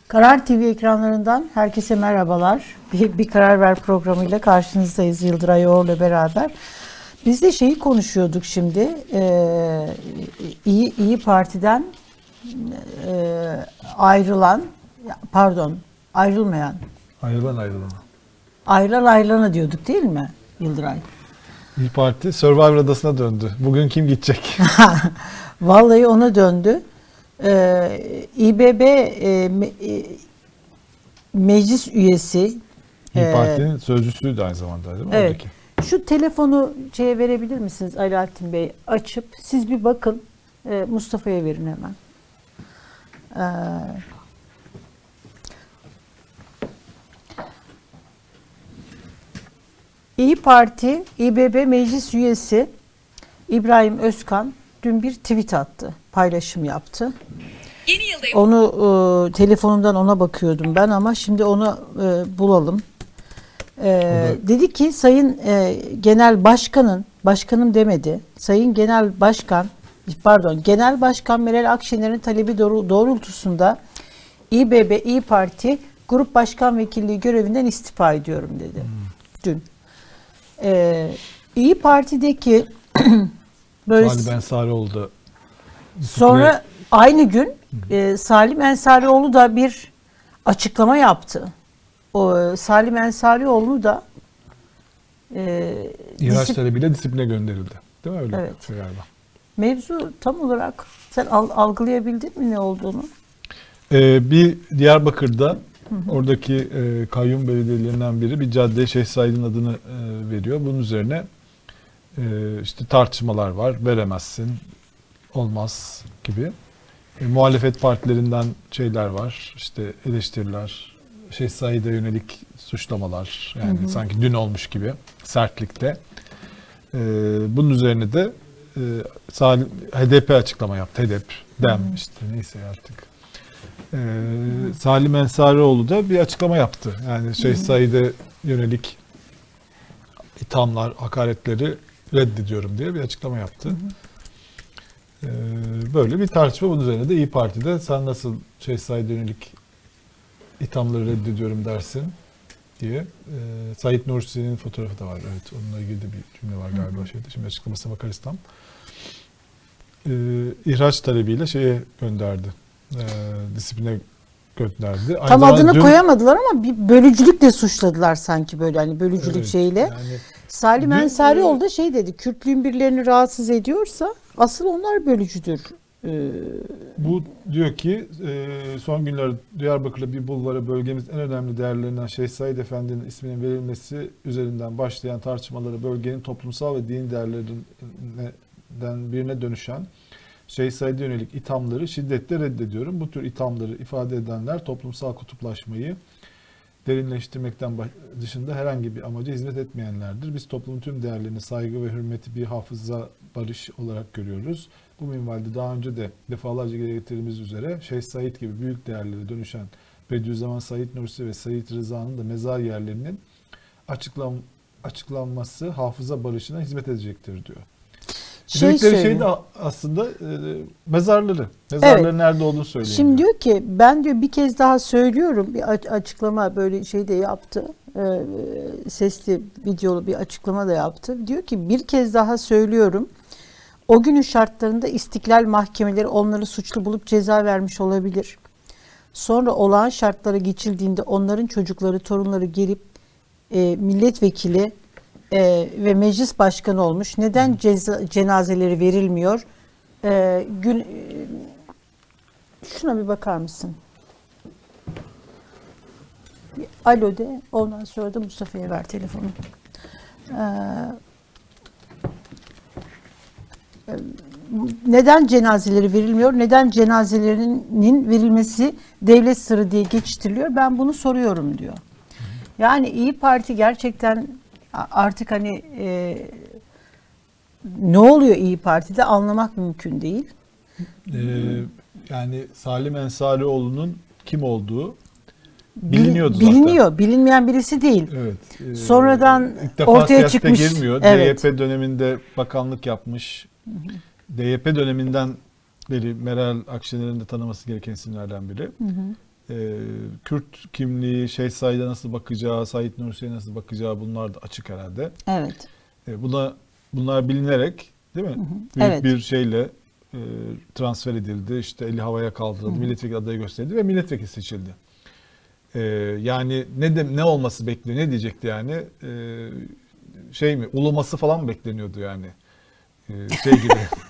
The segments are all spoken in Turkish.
Karar TV ekranlarından herkese merhabalar. Bir Karar Ver programıyla karşınızdayız Yıldıray Oğur'la beraber. Biz de şeyi konuşuyorduk şimdi. İyi Parti'den ayrılmayan. Ayrılana diyorduk değil mi Yıldıray? İyi Parti Survivor adasına döndü. Bugün kim gidecek? Vallahi ona döndü. İBB meclis üyesi. İyi Parti'nin sözcüsüydü aynı zamanda değil mi? Evet. Oradaki. Şu telefonu verebilir misiniz Alaaddin Bey? Açıp siz bir bakın. Mustafa'ya verin hemen. İyi Parti İBB meclis üyesi İbrahim Özkan dün bir tweet attı. Paylaşım yaptı. Onu telefonumdan ona bakıyordum ben ama şimdi onu bulalım. Dedi ki Sayın Genel Başkanım demedi. Sayın Genel Başkan Meral Akşener'in talebi doğrultusunda İBB İyi Parti Grup Başkan Vekilliği görevinden istifa ediyorum dedi. Dün. İyi Parti'deki böyle Salim Ensarioğlu da sonra aynı gün Salim Ensarioğlu da bir açıklama yaptı. Salim Ensarioğlu da ihraç talebiyle disipline gönderildi. Değil mi öyle? Evet. Şey galiba. Mevzu tam olarak sen algılayabildin mi ne olduğunu? Bir Diyarbakır'da oradaki kayyum belediyelerinden biri bir caddeye Şeyh Said'in adını veriyor. Bunun üzerine işte tartışmalar var. Veremezsin, olmaz gibi. Muhalefet partilerinden şeyler var. İşte eleştiriler, Şeyh Said'e yönelik suçlamalar. Yani sanki dün olmuş gibi sertlikte. Bunun üzerine de HDP açıklama yaptı. HDP, DEM işte neyse artık. Salim Ensarioğlu da bir açıklama yaptı. Yani Şeyh Said'e yönelik ithamlar, hakaretleri reddediyorum diye bir açıklama yaptı. Böyle bir tartışma, bunun üzerine de İyi Parti'de sen nasıl Şeyh Said'e yönelik ithamları reddediyorum dersin diye. Said Nursi'nin fotoğrafı da var. Evet, onunla ilgili de bir cümle var galiba şeyde. Şimdi açıklamasına bakarız tam. İhraç talebiyle şeye gönderdi. Disipline gönderdi. Tam adını koyamadılar ama bir bölücülükle suçladılar sanki böyle hani bölücülük şeyle. Yani, Salim Ensarioğlu da şey dedi, Kürtlüğün birilerini rahatsız ediyorsa asıl onlar bölücüdür. Bu diyor ki son günlerde Diyarbakır'da bir bulvara bölgemizin en önemli değerlerinden Şeyh Said Efendi'nin isminin verilmesi üzerinden başlayan tartışmaları bölgenin toplumsal ve dini değerlerinden birine dönüşen Şeyh Said'e yönelik ithamları şiddetle reddediyorum. Bu tür ithamları ifade edenler toplumsal kutuplaşmayı derinleştirmekten dışında herhangi bir amaca hizmet etmeyenlerdir. Biz toplumun tüm değerlerini saygı ve hürmeti bir hafıza, barış olarak görüyoruz. Bu minvalde daha önce de defalarca dile getirdiğimiz üzere Şeyh Said gibi büyük değerlere dönüşen Bediüzzaman Said Nursi ve Said Rıza'nın da mezar yerlerinin açıklanması hafıza barışına hizmet edecektir diyor. Dedikleri şey de aslında mezarları. Mezarların evet. Nerede olduğunu söylüyor. Şimdi diyor ki ben diyor bir kez daha söylüyorum, bir açıklama böyle şey de yaptı. Sesli videolu bir açıklama da yaptı. Diyor ki bir kez daha söylüyorum. O günün şartlarında istiklal mahkemeleri onları suçlu bulup ceza vermiş olabilir. Sonra olağan şartlara geçildiğinde onların çocukları, torunları gelip milletvekili ve meclis başkanı olmuş. Neden cenazeleri verilmiyor? Şuna bir bakar mısın? Alo de, ondan sonra da Mustafa'ya ver telefonu. Neden cenazeleri verilmiyor? Neden cenazelerinin verilmesi devlet sırrı diye geçiştiriliyor? Ben bunu soruyorum diyor. Yani İyi Parti gerçekten artık hani ne oluyor İyi Parti'de anlamak mümkün değil. Yani Salim Ensarioğlu'nun kim olduğu biliniyordu zaten. Biliniyor. Bilinmeyen birisi değil. Evet. Sonradan ilk defa ortaya çıkmış. Girmiyor. Evet. DYP döneminde bakanlık yapmış. DYP döneminden beri Meral Akşener'in de tanıması gereken isimlerden biri. Kürt kimliği, Şeyh Said'e nasıl bakacağı, Said Nursi'ye nasıl bakacağı bunlar da açık herhalde. Evet. Bunlar bilinerek değil mi? Hı hı. Büyük Evet. bir şeyle transfer edildi. İşte eli havaya kaldırıldı. Hı hı. Milletvekili adayı gösterildi ve milletvekili seçildi. Yani ne olması bekleniyor? Ne diyecekti yani? Şey mi? Uluması falan mı bekleniyordu yani? Şey gibi.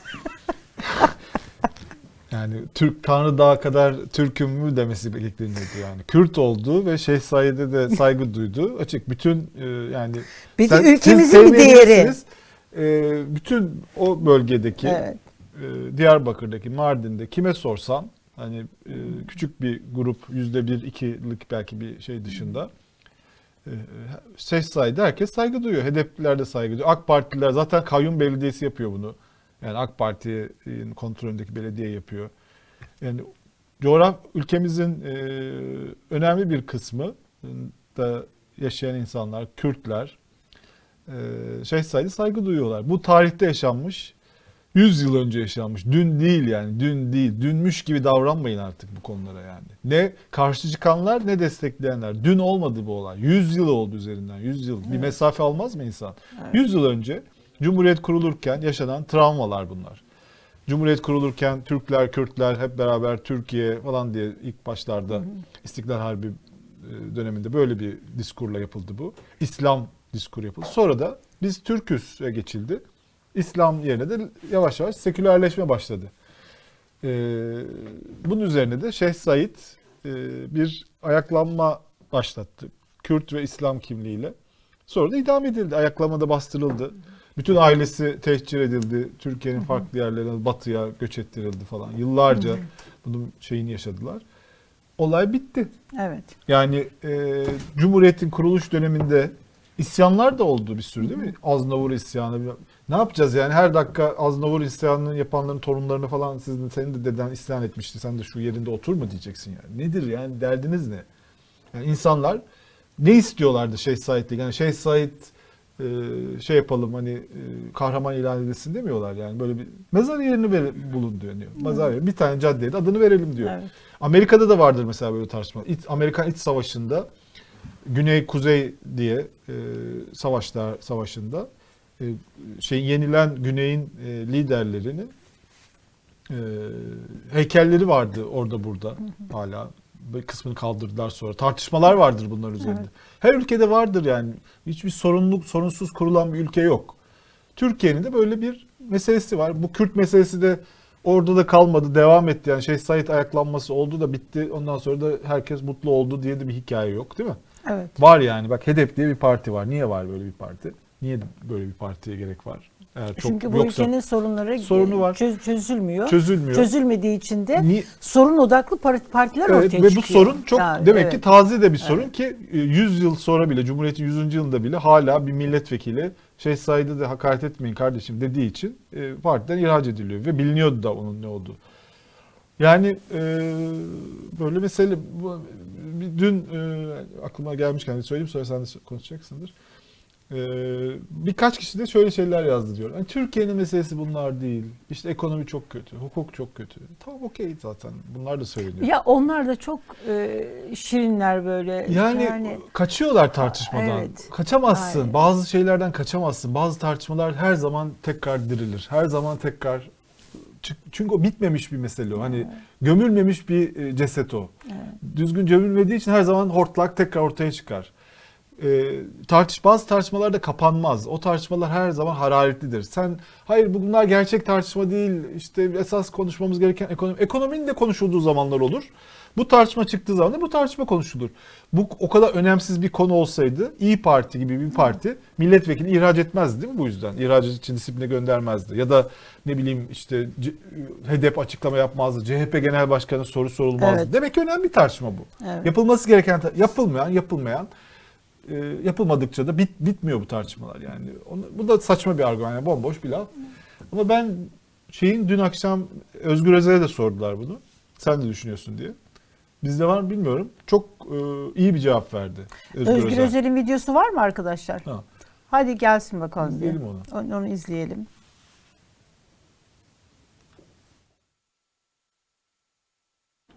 Yani Türk Tanrı Dağı kadar Türk'üm mü demesi bekleniyordu yani. Kürt oldu ve Şeyh Said'e de saygı duydu. Açık bütün yani Bir de siz ülkemizin bir değeri. sevmeyebilirsiniz. Bütün o bölgedeki Evet. Diyarbakır'daki, Mardin'de kime sorsan hani küçük bir grup %1-2'lik belki bir şey dışında Şeyh Said'e herkes saygı duyuyor. HDP'liler de saygı duyuyor. AK Partililer zaten kayyum belediyesi yapıyor bunu. Yani AK Parti'nin kontrolündeki belediye yapıyor. Yani ülkemizin önemli bir kısmı da yaşayan insanlar, Kürtler, Şeyh Said'e saygı duyuyorlar. Bu tarihte yaşanmış, 100 yıl önce yaşanmış. Dün değil yani, dün değil. Dünmüş gibi davranmayın artık bu konulara yani. Ne karşı çıkanlar ne destekleyenler. Dün olmadı bu olay. 100 yıl oldu üzerinden, 100 yıl. Bir mesafe almaz mı insan? Evet. 100 yıl önce Cumhuriyet kurulurken yaşanan travmalar bunlar. Cumhuriyet kurulurken Türkler, Kürtler hep beraber Türkiye falan diye ilk başlarda İstiklal Harbi döneminde böyle bir diskurla yapıldı bu. İslam diskuru yapıldı. Sonra da biz Türküz'e geçildi. İslam yerine de yavaş yavaş sekülerleşme başladı. Bunun üzerine de Şeyh Said bir ayaklanma başlattı. Kürt ve İslam kimliğiyle. Sonra da idam edildi. Ayaklamada bastırıldı. Bütün ailesi tehcir edildi. Türkiye'nin farklı yerlerine, batıya göç ettirildi falan. Yıllarca bunun şeyini yaşadılar. Olay bitti. Evet. Yani Cumhuriyet'in kuruluş döneminde isyanlar da oldu bir sürü değil mi? Aznavur isyanı. Ne yapacağız yani her dakika Aznavur isyanını yapanların torunlarını falan senin de deden isyan etmişti. Sen de şu yerinde otur mu diyeceksin yani. Nedir yani derdiniz ne? Yani insanlar ne istiyorlardı Şeyh Said'le? Yani Şeyh Said şey yapalım hani kahraman ilan edilsin demiyorlar yani böyle bir mezar yerini bulun diyor. Mezar yeri bir tane caddeye de adını verelim diyor. Evet. Amerika'da da vardır mesela böyle tartışma. Amerikan İç Savaşı'nda Güney Kuzey diye savaşında yenilen Güney'in liderlerinin heykelleri vardı orada burada hala. Bir kısmını kaldırdılar sonra. Tartışmalar vardır bunlar üzerinde. Evet. Her ülkede vardır yani. Hiçbir sorunsuz kurulan bir ülke yok. Türkiye'nin de böyle bir meselesi var. Bu Kürt meselesi de orada da kalmadı, devam etti. Yani Şeyh Said ayaklanması oldu da bitti. Ondan sonra da herkes mutlu oldu diye de bir hikaye yok değil mi? Evet. Var yani. Bak HDP diye bir parti var. Niye var böyle bir parti? Niye böyle bir partiye gerek var? Çünkü bu ülkenin sorunu var. Çözülmüyor. Çözülmediği için de sorun odaklı partiler ortaya çıkıyor. Ve bu sorun çok demek ki taze de bir sorun evet. ki 100 yıl sonra bile Cumhuriyet'in 100. yılında bile hala bir milletvekili Şeyh Said'e de hakaret etmeyin kardeşim dediği için partiden ihraç ediliyor ve biliniyordu da onun ne olduğu. Yani böyle mesele dün aklıma gelmişken söyleyeyim sonra sen de konuşacaksındır. Birkaç kişi de şöyle şeyler yazdı diyor. Yani Türkiye'nin meselesi bunlar değil. İşte ekonomi çok kötü, hukuk çok kötü. Tamam okey zaten. Bunlar da söyleniyor. Ya onlar da çok şirinler böyle. Yani kaçıyorlar tartışmadan. Evet. Kaçamazsın. Aynen. Bazı şeylerden kaçamazsın. Bazı tartışmalar her zaman tekrar dirilir. Her zaman tekrar çünkü o bitmemiş bir mesele o. Hani gömülmemiş bir ceset o. Evet. Düzgün gömülmediği için her zaman hortlak tekrar ortaya çıkar. Bazı tartışmalar da kapanmaz. O tartışmalar her zaman hararetlidir. Hayır bunlar gerçek tartışma değil. İşte esas konuşmamız gereken ekonominin de konuşulduğu zamanlar olur. Bu tartışma çıktığı zaman da bu tartışma konuşulur. Bu o kadar önemsiz bir konu olsaydı İYİ Parti gibi bir parti milletvekili ihraç etmezdi değil mi bu yüzden? İhraç için disipline göndermezdi. Ya da ne bileyim işte HDP açıklama yapmazdı. CHP Genel Başkanı soru sorulmazdı. Evet. Demek ki önemli bir tartışma bu. Evet. Yapılması gereken yapılmayan yapılmadıkça da bitmiyor bu tartışmalar yani. Bu da saçma bir argüman yani bomboş bir laf. Ama ben dün akşam Özgür Özel'e de sordular bunu. Sen de düşünüyorsun diye. Bizde var mı bilmiyorum. Çok iyi bir cevap verdi Özgür Özel'in videosu var mı arkadaşlar? Ha. Hadi gelsin bakalım. İzleyelim onu. Onu izleyelim.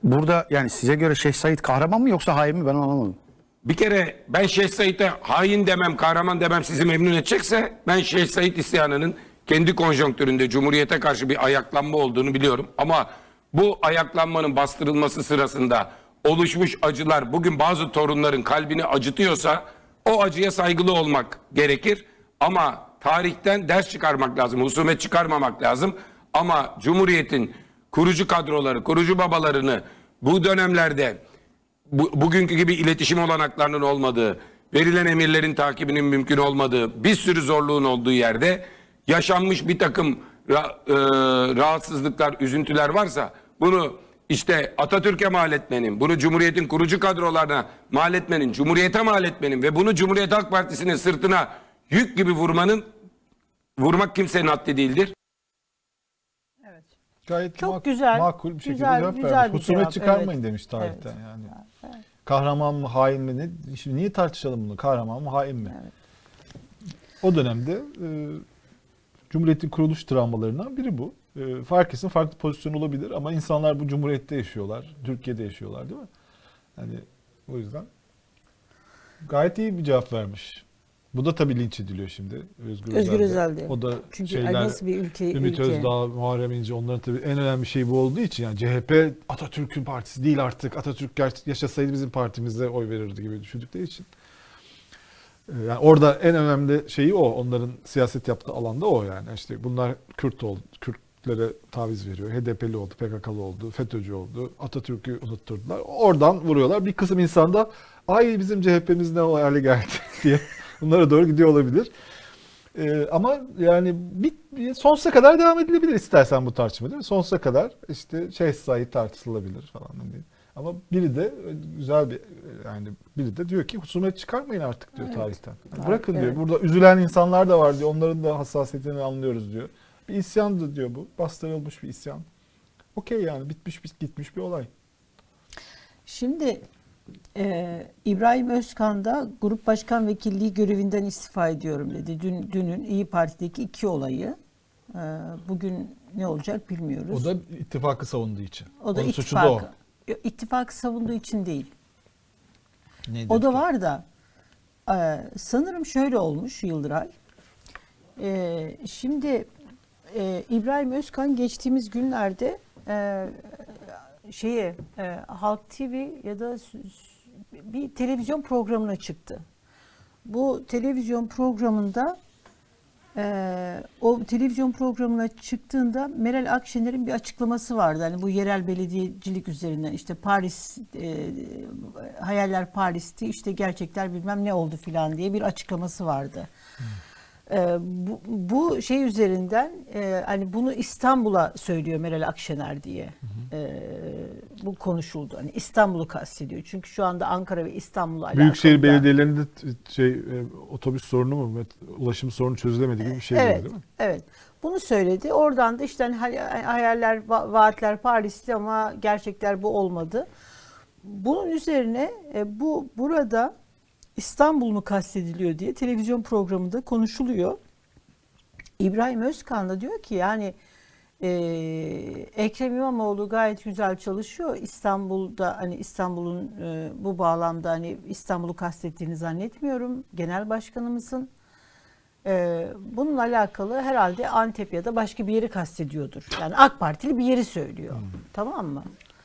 burada yani size göre Şeyh Said kahraman mı yoksa hain mi, ben anlamadım. Bir kere ben Şeyh Said'e hain demem, kahraman demem sizi memnun edecekse, ben Şeyh Said isyanının kendi konjonktüründe Cumhuriyete karşı bir ayaklanma olduğunu biliyorum. Ama bu ayaklanmanın bastırılması sırasında oluşmuş acılar bugün bazı torunların kalbini acıtıyorsa o acıya saygılı olmak gerekir. Ama tarihten ders çıkarmak lazım, husumet çıkarmamak lazım. Ama Cumhuriyet'in kurucu kadroları, kurucu babalarını bu dönemlerde bugünkü gibi iletişim olanaklarının olmadığı, verilen emirlerin takibinin mümkün olmadığı, bir sürü zorluğun olduğu yerde yaşanmış bir takım rahatsızlıklar, üzüntüler varsa bunu işte Atatürk'e mal etmenin, bunu Cumhuriyet'in kurucu kadrolarına mal etmenin, Cumhuriyet'e mal etmenin ve bunu Cumhuriyet Halk Partisi'nin sırtına yük gibi vurmak kimsenin haddi değildir. Evet. Gayet Çok güzel, makul bir şekilde güzel, cevap güzel vermiş. bir Husumet cevap, çıkarmayın evet. demiş tarihten Evet. yani. Evet. Kahraman mı hain mi ne? Şimdi niye tartışalım bunu? Kahraman mı hain mi? Evet. O dönemde Cumhuriyet'in kuruluş travmalarından biri bu. Herkesin farklı pozisyonu olabilir ama insanlar bu Cumhuriyet'te yaşıyorlar. Türkiye'de yaşıyorlar değil mi? Yani o yüzden gayet iyi bir cevap vermiş. Bu da tabii linç ediliyor şimdi. Özgür Özel'de. O da Çünkü şeyler, nasıl bir Ümit Özdağ, Muharrem İnce, onların tabii en önemli şey bu olduğu için yani CHP Atatürk'ün partisi değil artık. Atatürk yaşasaydı bizim partimize oy verirdi gibi düşündükleri için. Yani orada en önemli şeyi o. Onların siyaset yaptığı alanda o yani. İşte bunlar Kürt oldu. Kürtlere taviz veriyor. HDP'li oldu, PKK'lı oldu, FETÖ'cü oldu. Atatürk'ü unutturdular. Oradan vuruyorlar. Bir kısım insan da ay bizim CHP'miz ne o hale geldi diye bunlara doğru gidiyor olabilir. Ama yani sonsuza kadar devam edilebilir istersen bu tartışma değil mi? Sonsuza kadar işte Şeyh Said tartışılabilir falan. Ama biri de güzel bir yani biri de diyor ki husumet çıkarmayın artık diyor tarihten. Yani bırakın diyor. Burada üzülen insanlar da var diyor. Onların da hassasiyetini anlıyoruz diyor. Bir isyandı diyor bu. Bastırılmış bir isyan. Okey yani bitmiş gitmiş bir olay. Şimdi İbrahim Özkan da Grup Başkan Vekilliği görevinden istifa ediyorum dedi. Dünün İyi Parti'deki 2 olayı. Bugün ne olacak bilmiyoruz. O da ittifakı savunduğu için. O da onun suçu da o. İttifakı savunduğu için değil. Neydi O da var da sanırım şöyle olmuş Yıldıray. Şimdi İbrahim Özkan geçtiğimiz günlerde Halk TV ya da bir televizyon programına çıktı. Bu televizyon programında o televizyon programına çıktığında Meral Akşener'in bir açıklaması vardı. Hani bu yerel belediyecilik üzerinden işte Paris hayaller Paris'ti işte gerçekler bilmem ne oldu filan diye bir açıklaması vardı. Bu şey üzerinden hani bunu İstanbul'a söylüyor Meral Akşener diye bu konuşuldu. Hani İstanbul'u kastediyor. Çünkü şu anda Ankara ve İstanbul'la alakalı. Büyükşehir belediyelerinde otobüs sorunu mu, ulaşım sorunu çözülemedi gibi bir şey evet, var değil mi? Evet. Bunu söyledi. Oradan da işte hani hayaller, vaatler Paris'ti ama gerçekler bu olmadı. Bunun üzerine burada İstanbul mu kastediliyor diye televizyon programında konuşuluyor. İbrahim Özkan da diyor ki yani Ekrem İmamoğlu gayet güzel çalışıyor. İstanbul'da hani İstanbul'un bu bağlamda hani İstanbul'u kastettiğini zannetmiyorum. Genel başkanımızın bununla alakalı herhalde Antep ya da başka bir yeri kastediyordur. Yani AK Partili bir yeri söylüyor. Tamam mı?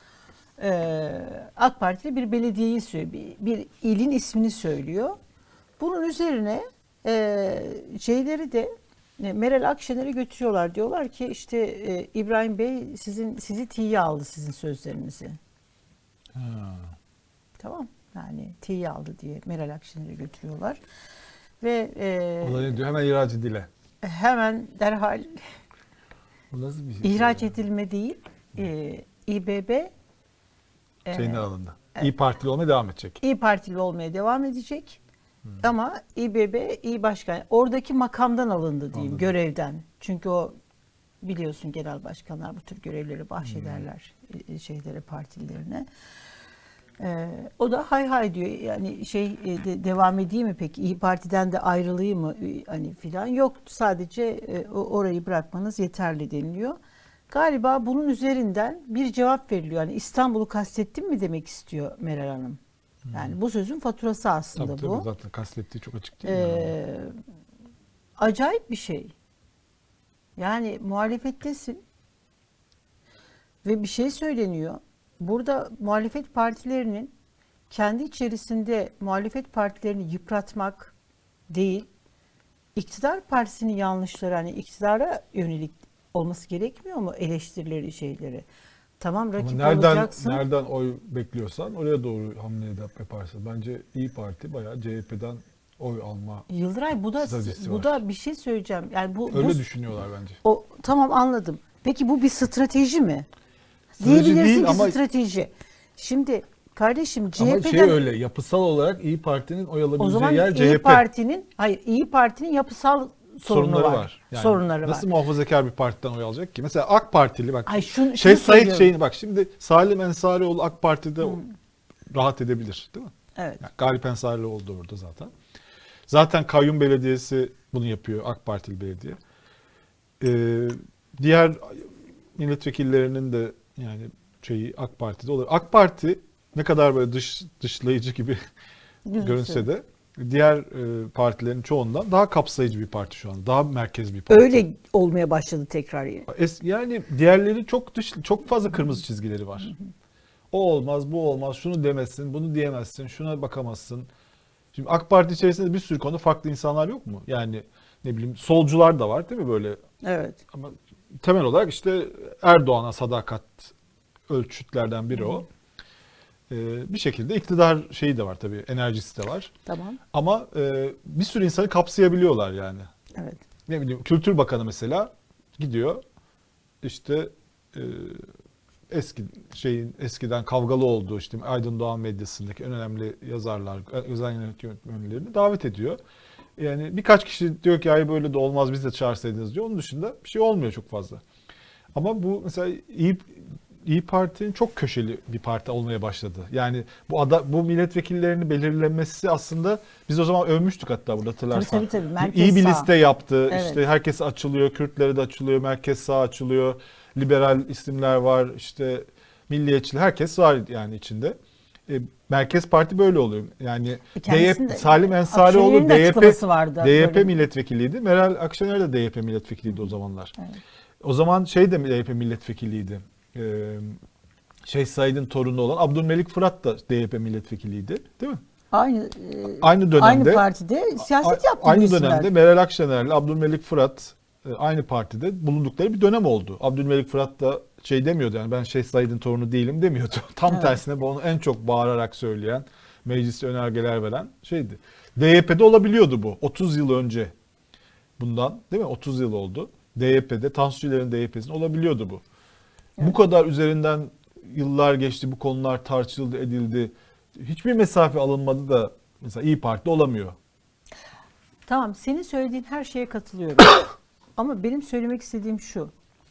AK Partili bir belediyeyi söylüyor. Bir ilin ismini söylüyor. Bunun üzerine şeyleri de Meral Akşener'e götürüyorlar. Diyorlar ki işte İbrahim Bey sizi tiye aldı sizin sözlerinizi. Tamam. Yani tiye aldı diye Meral Akşener'e götürüyorlar. Ve o da ne diyor? Hemen ihraç edile. Hemen derhal Bu nasıl bir şey? ihraç edilme değil. İBB şeyden alındı. İyi Partili olmaya devam edecek. İyi Partili olmaya devam edecek. Ama İBB İyi Başkan oradaki makamdan alındı diyeyim, görevden. Çünkü o biliyorsun genel başkanlar bu tür görevleri bahşederler şeylere, partilerine. O da hay hay diyor. Yani devam edeyim mi peki? İyi Parti'den de ayrılayım mı hani filan? Yok, sadece orayı bırakmanız yeterli deniliyor. Galiba bunun üzerinden bir cevap veriliyor. Yani İstanbul'u kastettin mi demek istiyor Meral Hanım. Yani bu sözün faturası aslında Tabii, bu. zaten kastettiği çok açık değil mi? Acayip bir şey. Yani muhalefettesin ve bir şey söyleniyor. Burada muhalefet partilerinin kendi içerisinde muhalefet partilerini yıpratmak değil, iktidar partisinin yanlışları, hani iktidara yönelik olması gerekmiyor mu eleştirileri, şeyleri? Tamam, Ama rakip olacaksın. nereden oy bekliyorsan oraya doğru hamle yaparsın. Bence İyi Parti bayağı CHP'den oy alma Yıldıray, bu da stratejisi bu var. da bir şey söyleyeceğim. Yani Öyle bu düşünüyorlar bence. tamam, anladım. Peki bu bir strateji mi? Strateji Diyebilirsin değil ki ama- strateji. Şimdi kardeşim, Ama CHP'den öyle yapısal olarak İyi Parti'nin oy o alabileceği zaman yer İyi CHP. Parti'nin İyi Parti'nin yapısal Sorunları var. Yani sorunları nasıl var. muhafazakar bir partiden oy alacak ki? Mesela AK Partili bak. Ay, şunu Said söylüyorum. şeyini bak, şimdi Salim Ensarioğlu AK Parti'de rahat edebilir, değil mi? Evet. Yani Galip Ensarioğlu da orada zaten. Zaten Kayyum Belediyesi bunu yapıyor, AK Partili belediye. Diğer milletvekillerinin de yani AK Parti'de olur. AK Parti ne kadar böyle dışlayıcı gibi görünse de diğer partilerin çoğundan daha kapsayıcı bir parti şu an. Daha merkez bir parti. Öyle olmaya başladı tekrar. Yani diğerleri çok fazla kırmızı çizgileri var. O olmaz, bu olmaz, şunu demezsin, bunu diyemezsin, şuna bakamazsın. Şimdi AK Parti içerisinde bir sürü konuda farklı insanlar yok mu? Yani ne bileyim, solcular da var değil mi böyle? Evet. Ama temel olarak işte Erdoğan'a sadakat ölçütlerden biri o. Bir şekilde iktidar şeyi de var tabii, enerjisi de var. Tamam. Ama bir sürü insanı kapsayabiliyorlar yani. Evet. Ne bileyim, Kültür Bakanı mesela gidiyor işte eskiden kavgalı olduğu işte Aydın Doğan medyasındaki en önemli yazarlar, özel yönetmenlerini davet ediyor. Yani birkaç kişi diyor ki ay böyle de olmaz, biz de çağırsaydınız diyor. Onun dışında bir şey olmuyor çok fazla. Ama bu mesela İyi Parti'nin çok köşeli bir parti olmaya başladı. Yani bu milletvekillerini belirlemesi aslında, biz o zaman övmüştük hatta burada, hatırlarsan. Tabii, merkez İyi bir sağ. liste yaptı. Evet. İşte herkes açılıyor, Kürtlere de açılıyor, merkez sağ açılıyor. Liberal isimler var, işte milliyetçi, herkes var yani içinde. Merkez Parti böyle oluyor. Yani Salim Ensarioğlu Akşener'in de açıklaması vardı. DYP Böyle. milletvekiliydi. Meral Akşener de DYP milletvekiliydi o zamanlar. Evet. O zaman de DYP milletvekiliydi. Said'in torunu olan Abdülmelik Fırat da DYP milletvekiliydi, değil mi? Aynı dönemde aynı partide siyaset yaptı. Aynı dönemde Meral Akşener'le Abdülmelik Fırat aynı partide bulundukları bir dönem oldu. Abdülmelik Fırat da demiyordu, yani ben Said'in torunu değilim demiyordu. Tam tersine onu en çok bağırarak söyleyen, mecliste önergeler veren şeydi. DYP'de olabiliyordu bu. 30 yıl önce bundan, değil mi? 30 yıl oldu. DYP'de, Tansu Çiller'in DYP'sinde olabiliyordu bu. Evet. Bu kadar üzerinden yıllar geçti, bu konular tartışıldı, edildi. Hiçbir mesafe alınmadı da mesela İyi Parti olamıyor. Tamam, senin söylediğin her şeye katılıyorum. Ama benim söylemek istediğim şu.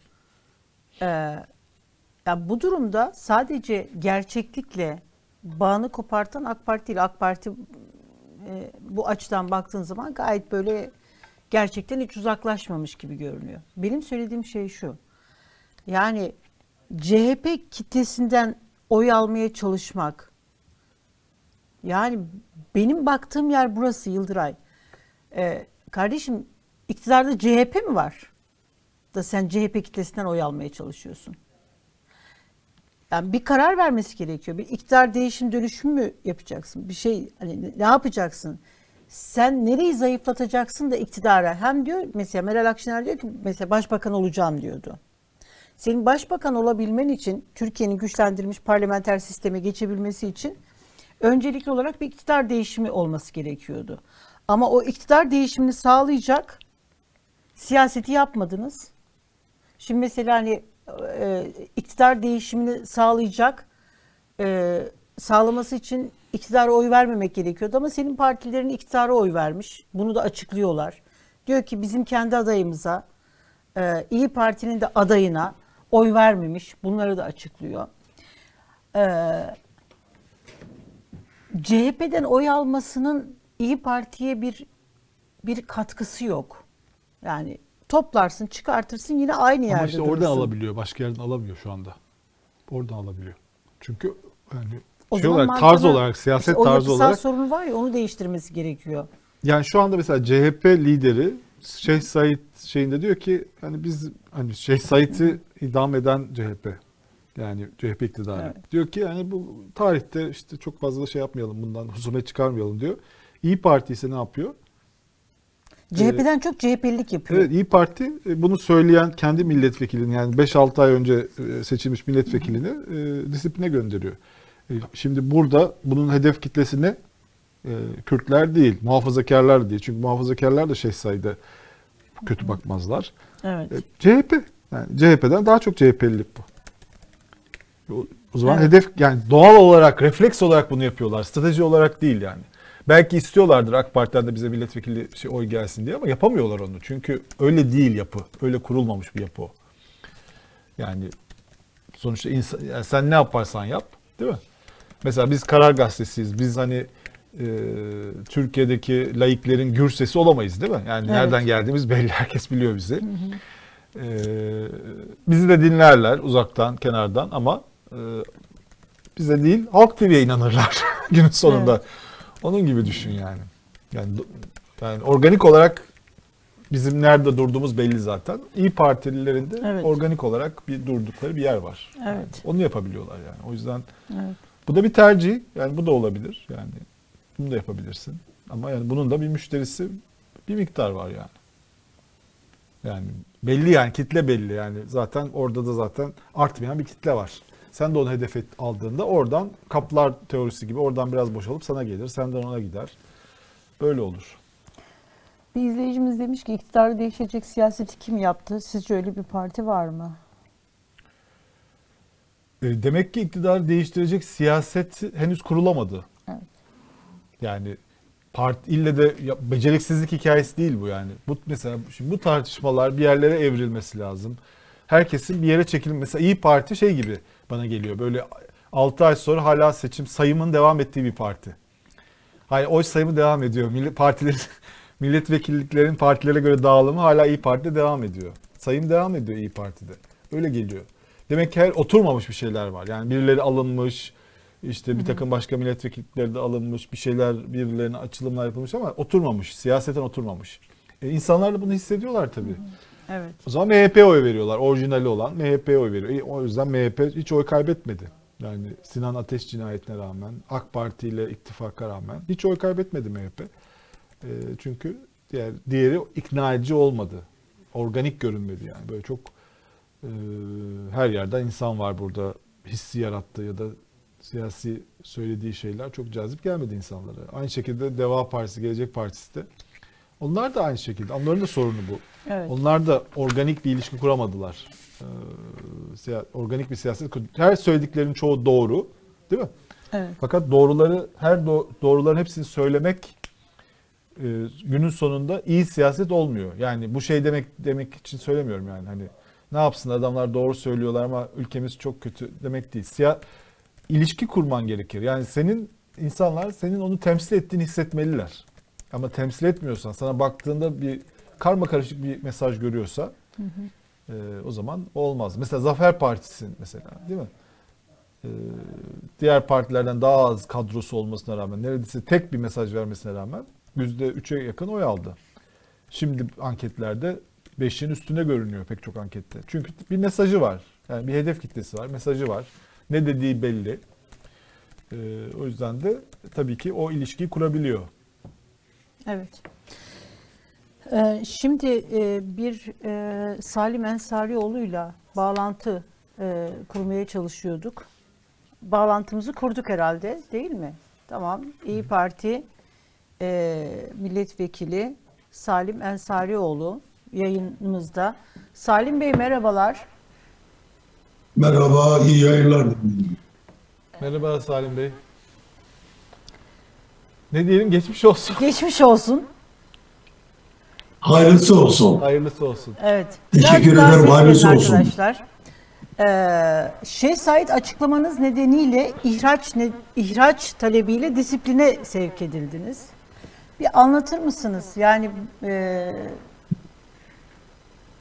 Ya bu durumda sadece gerçeklikle bağını kopartan AK Parti değil. AK Parti bu açıdan baktığın zaman gayet böyle gerçekten hiç uzaklaşmamış gibi görünüyor. Benim söylediğim şey şu. Yani CHP kitlesinden oy almaya çalışmak. Yani benim baktığım yer burası Yıldıray. Kardeşim, iktidarda CHP mi var? Da sen CHP kitlesinden oy almaya çalışıyorsun. Yani bir karar vermesi gerekiyor. Bir iktidar değişim dönüşüm mü yapacaksın? Bir şey, hani ne yapacaksın? Sen nereyi zayıflatacaksın da iktidara? Hem diyor mesela Meral Akşener diyor ki mesela başbakan olacağım diyordu. Senin başbakan olabilmen için, Türkiye'nin güçlendirilmiş parlamenter sisteme geçebilmesi için öncelikli olarak bir iktidar değişimi olması gerekiyordu. Ama o iktidar değişimini sağlayacak siyaseti yapmadınız. Şimdi mesela hani iktidar değişimini sağlaması için iktidara oy vermemek gerekiyordu ama senin partilerin iktidara oy vermiş. Bunu da açıklıyorlar. Diyor ki bizim kendi adayımıza, İyi Parti'nin de adayına oy vermemiş. Bunları da açıklıyor. CHP'den oy almasının İyi Parti'ye bir katkısı yok. Yani toplarsın, çıkartırsın, yine aynı yerde Ama işte oradan durursun. alabiliyor. Başka yerden alamıyor şu anda. Oradan alabiliyor. Çünkü yani O şey zaman olarak, tarz mantığına- olarak, siyaset işte o tarzı yapısal olarak, sorunu var ya, onu değiştirmesi gerekiyor. yani şu anda mesela CHP lideri Şeyh Said şeyinde diyor ki hani biz hani Şeyh Said'i idam eden CHP, yani CHP iktidarı Evet. diyor ki yani bu tarihte işte çok fazla şey yapmayalım, bundan husumet çıkarmayalım diyor. İyi Parti ise ne yapıyor? CHP'den çok CHP'lilik yapıyor. Evet, İyi Parti bunu söyleyen kendi milletvekilini, yani 5-6 ay önce seçilmiş milletvekilini disipline gönderiyor. Şimdi burada bunun hedef kitlesi ne? Kürtler değil, muhafazakarlar değil. Çünkü muhafazakarlar da Şeyh Said'e kötü bakmazlar. Evet. CHP. Yani CHP'den daha çok CHP'lilik bu. O zaman Evet. hedef, yani doğal olarak, refleks olarak bunu yapıyorlar. Strateji olarak değil yani. Belki istiyorlardır AK Parti'den de bize milletvekili oy gelsin diye, ama yapamıyorlar onu. Çünkü öyle değil yapı. Öyle kurulmamış bir yapı o. Yani sonuçta yani sen ne yaparsan yap, değil mi? Mesela biz Karar Gazetesi'yiz. Biz hani Türkiye'deki laiklerin gür sesi olamayız, değil mi? Yani Evet. nereden geldiğimiz belli. Herkes biliyor bizi. Bizi de dinlerler uzaktan, kenardan, ama bize değil, Halk TV'ye inanırlar günün sonunda. Evet. Onun gibi düşün yani. Yani organik olarak bizim nerede durduğumuz belli zaten. İyi Partililerin de Evet. organik olarak bir durdukları bir yer var. Evet. Yani onu yapabiliyorlar yani. O yüzden Evet. bu da bir tercih. Yani bu da olabilir. Yani bunu da yapabilirsin. Ama yani bunun da bir müşterisi, bir miktar var yani. Yani belli, yani kitle belli yani. Zaten orada da zaten artmayan bir kitle var. Sen de onu hedef aldığında oradan kaplar teorisi gibi oradan biraz boşalıp sana gelir. Senden ona gider. Böyle olur. Bir izleyicimiz demiş ki iktidarı değişecek siyaseti kim yaptı? Sizce öyle bir parti var mı? Demek ki iktidarı değiştirecek siyaset henüz kurulamadı. Evet. Yani ille de beceriksizlik hikayesi değil bu yani. Bu mesela şimdi bu tartışmalar bir yerlere evrilmesi lazım. Herkesin bir yere çekilmesi. Mesela İyi Parti şey gibi bana geliyor. Böyle 6 ay sonra hala seçim sayımın devam ettiği bir parti. Hayır, oy sayımı devam ediyor. Partilerin milletvekilliklerin partilere göre dağılımı hala İyi Parti'de devam ediyor. Sayım devam ediyor İyi Parti'de. Öyle geliyor. Demek ki oturmamış bir şeyler var. Yani birileri alınmış, işte bir takım başka milletvekillikleri de alınmış, bir şeyler, birilerine açılımlar yapılmış ama oturmamış, siyaseten oturmamış. İnsanlar da bunu hissediyorlar tabii. Evet. O zaman MHP'ye oy veriyorlar. Orijinali olan MHP'ye oy veriyor. O yüzden MHP hiç oy kaybetmedi. Yani Sinan Ateş cinayetine rağmen, AK Parti ile ittifaka rağmen hiç oy kaybetmedi MHP. Çünkü diğeri ikna edici olmadı. Organik görünmedi yani. Böyle çok her yerden insan var burada, hissi yarattığı ya da siyasi söylediği şeyler çok cazip gelmedi insanlara. Aynı şekilde Deva Partisi, Gelecek Partisi de. Onlar da aynı şekilde. Onların da sorunu bu. Evet. Onlar da organik bir ilişki kuramadılar. Organik bir siyaset. Her söylediklerinin çoğu doğru, değil mi? Evet. Fakat doğruların hepsini söylemek günün sonunda iyi siyaset olmuyor. Yani bu şey demek için söylemiyorum yani. Hani ne yapsın adamlar, doğru söylüyorlar ama ülkemiz çok kötü demek değil. İlişki kurman gerekir. Yani insanlar senin onu temsil ettiğini hissetmeliler. Ama temsil etmiyorsan, sana baktığında bir karma karışık bir mesaj görüyorsa o zaman olmaz. Mesela Zafer Partisi mesela, değil mi? Diğer partilerden daha az kadrosu olmasına rağmen, neredeyse tek bir mesaj vermesine rağmen %3'e yakın oy aldı. Şimdi anketlerde 5'in üstünde görünüyor pek çok ankette. Çünkü bir mesajı var. Yani bir hedef kitlesi var, mesajı var. Ne dediği belli. O yüzden de tabii ki o ilişkiyi kurabiliyor. Evet. Şimdi bir Salim Ensarioğlu'yla bağlantı kurmaya çalışıyorduk. Bağlantımızı kurduk herhalde, değil mi? Tamam. İyi Parti milletvekili Salim Ensarioğlu yayınımızda. Salim Bey merhabalar. Merhaba, iyi yayınlar. Merhaba Salim Bey. Ne diyelim? Geçmiş olsun. Geçmiş olsun. Hayırlısı olsun. Hayırlısı olsun. Evet. Teşekkür Biraz daha ederim, ses hayırlısı verin olsun. arkadaşlar. Şeyh Said açıklamanız nedeniyle ihraç talebiyle disipline sevk edildiniz. Bir anlatır mısınız? Yani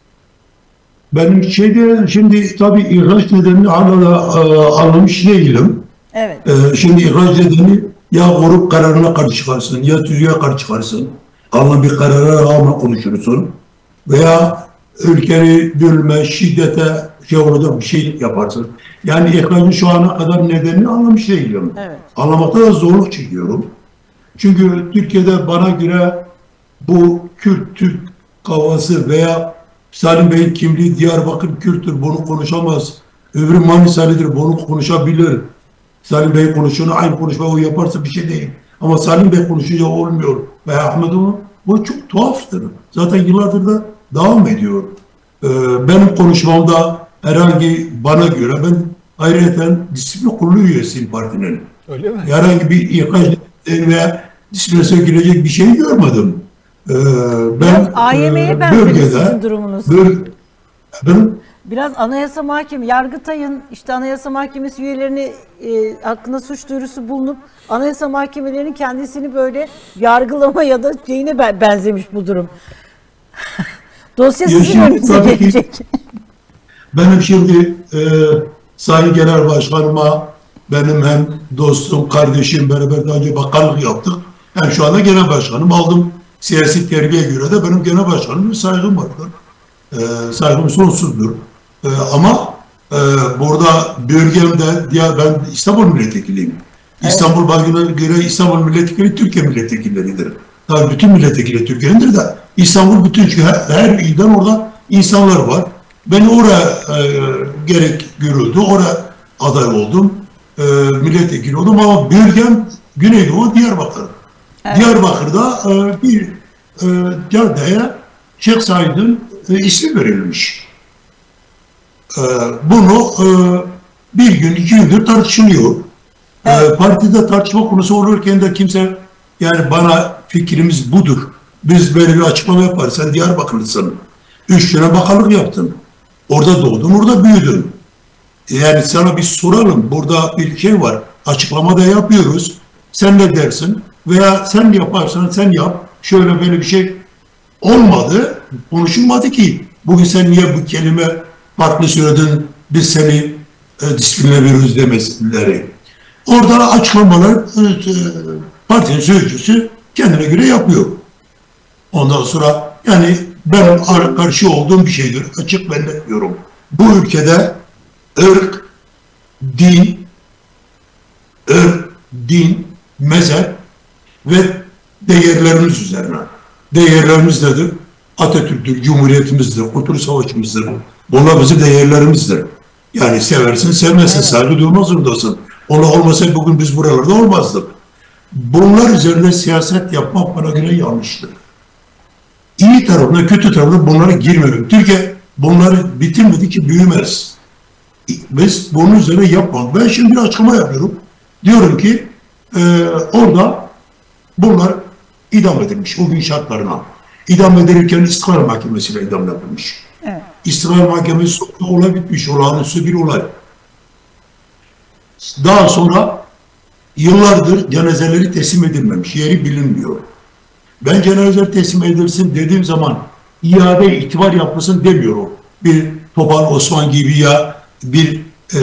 Benim şeyde şimdi tabii ihraç nedenini hala anlamış değilim. Evet. Şimdi ihraç nedeni ya grup kararına karşı çıkarsın ya tüzüğe karşı çıkarsın. Alınan bir karara rağmen konuşursun. Veya ülkeyi bölme, şiddete olacak bir şey yaparsın. Yani ihracın şu ana kadar nedenini anlamış değilim. Evet. Anlamakta da zorluk çekiyorum. Çünkü Türkiye'de bana göre bu Kürt-Türk kavgası veya Salim Bey'in kimliği Diyarbakır Kürt'tür, bunu konuşamaz. Öbürü Manisali'dir, bunu konuşabilir. Salim Bey konuşuyor, aynı konuşma o yaparsa bir şey değil. Ama Salim Bey konuşunca olmuyor. Veya Ahmetoğlu, bu çok tuhaftır. Zaten yıllardır da devam ediyor. Benim konuşmamda herhangi bana göre, ben ayrıca disiplin kurulu üyesiyim partinin. Öyle mi? Herhangi bir ikaz veya disipline girecek bir şey görmedim. Ben AYM'ye benzedi bölgede, sizin durumunuz. ben Biraz Anayasa Mahkemesi, Yargıtay'ın işte Anayasa Mahkemesi üyelerini hakkında suç duyurusu bulunup Anayasa Mahkemelerinin kendisini böyle yargılama ya da şeyine benzemiş bu durum. Dosya sizin Şimdi önünüze tabii ki gelecek. benim şimdi Sayın Genel Başkanıma, benim hem dostum, kardeşim, beraber daha önce bakanlık yaptık. Hem şu anda genel başkanım aldım. Siyasi terbiye göre de benim genel başkanıma saygım vardır. Saygım sonsuzdur. Ama burada bölgemde, ben İstanbul milletvekiliyim. Evet. İstanbul bana göre İstanbul milletvekili Türkiye milletvekilleridir. Tabii bütün milletvekili Türkiye'nindir de İstanbul bütün, çünkü her ilden orada insanlar var. Ben oraya gerek görüldü, oraya aday oldum. Milletvekili oldum ama bölgem Güneydoğu Diyarbakır. Evet. Diyarbakır'da bir caddeye Şeyh Said'in ismi verilmiş. Bunu bir gün, 2 gündür tartışılıyor. Evet. Partide tartışma konusu olurken de kimse, yani bana fikrimiz budur, biz böyle bir açıklama yaparız, sen Diyarbakırlısın, 3 sene bakanlık yaptın, orada doğdun, orada büyüdün. Yani sana bir soralım, burada bir şey var, açıklama da yapıyoruz, sen ne dersin? Veya sen yaparsan sen yap, şöyle böyle bir şey olmadı, konuşulmadı ki. Bugün sen niye bu kelime farklı söyledin, biz seni disipline veriyoruz demesinleri. Orada açıklamalar partinin sözcüsü kendine göre yapıyor. Ondan sonra yani ben karşı olduğum bir şeydir, açık ben de diyorum. Bu ülkede ırk, din, mezhep ve değerlerimiz üzerine. Değerlerimiz nedir? Atatürk'tür, Cumhuriyetimizdir, Kurtuluş Savaşımızdır. Bunlar bizim değerlerimizdir. Yani seversin, sevmezsin, evet. Saygı duymak zorundasın. Onlar olmasa bugün biz buralarda olmazdık. Bunlar üzerine siyaset yapmak bana göre yanlıştır. İyi tarafına, kötü tarafına bunlara girmemek. Türkiye bunları bitirmedi ki büyümez. Biz bunun üzerine yapmak. Ben şimdi bir açıklama yapıyorum. Diyorum ki orada bunlar idam edilmiş o gün şartlarına. İdam edilirken İstiklal Mahkemesi'yle idam yapılmış. Evet. İstiklal Mahkemesi sonunda olay bitmiş. Olağanüstü bir olay. Daha sonra yıllardır cenazeleri teslim edilmemiş. Yeri bilinmiyor. Ben cenazeleri teslim edilsin dediğim zaman iade itibar yapmasın demiyorum. Bir Topal Osman gibi ya bir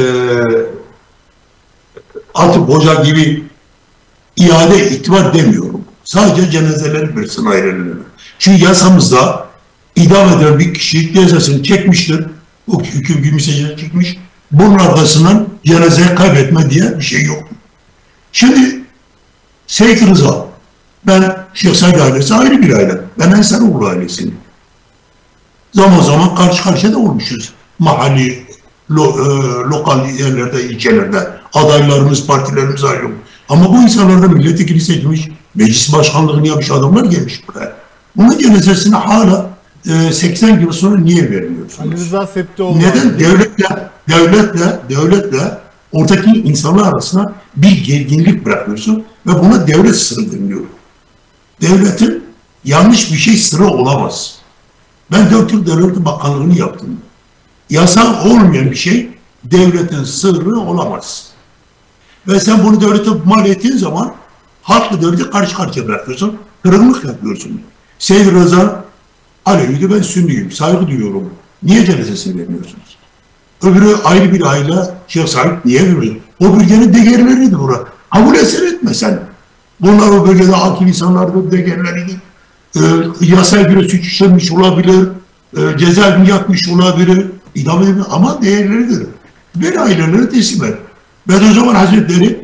Atıf Hoca gibi iade itibar demiyorum. Sadece cenazeleri versin ailelerine. Çünkü yasamızda idam eden bir kişi cezasını çekmiştir. O hüküm gümüşecini çekmiş. Bunun arkasından cenazeyi kaybetme diye bir şey yok. Şimdi Seyit Rıza, ben Şeyh Said ailesi ayrı bir aile. Ben Ensanoğlu ailesiyim. Zaman zaman karşı karşıya da olmuşuz. Mahalli, lokal yerlerde, ilçelerde. Adaylarımız, partilerimiz ayrı. Ama bu insanlar da milletvekili seçmiş, meclis başkanlığını yapmış adamlar gelmiş buraya. Bunun cenazesini hala 80 yıl sonra niye vermiyorsunuz? Ali Rıza Septioğlu. Neden? Devletle oradaki insanlar arasında bir gerginlik bırakıyorsun ve buna devlet sırrı deniliyor. Devletin yanlış bir şey sırrı olamaz. Ben 4 yıl devlet bakanlığını yaptım. Yasal olmayan bir şey devletin sırrı olamaz. Ve sen bunu devlete mal ettiğin zaman halkla devleti karşı karşıya bırakıyorsun. Kırılmak yapıyorsun. Seyit Rıza Aleviydi, ben Sünniyim. Saygı duyuyorum. Niye cenazesini vermiyorsunuz? Öbürü ayrı bir aile Şeyh Said niye vermiyor? O bölgenin değerleridir bura. Kabul etme sen. Bunlar o bölgede akil insanlardır, değerleridir. Yasaya göre suç işlemiş olabilir, cezaevine yatmış olabilir, idam edilmiş ama değerleridir. Ver ailelere teslim et. Bediüzzaman Hazretleri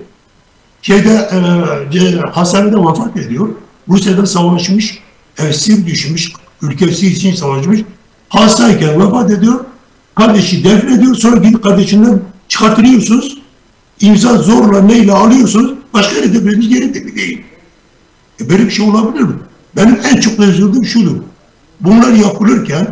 hastanede vefat ediyor. Rusya'da savaşmış, esir düşmüş, ülkesi için savaşmış. Hastayken vefat ediyor. Kardeşi defnediyor. Sonra gidip kardeşinden çıkartıyorsunuz. İmza zorla neyle alıyorsunuz. Başka yere defnediğiniz yeri de değil. Böyle bir şey olabilir mi? Benim en çok üzüldüğüm şudur. Bunlar yapılırken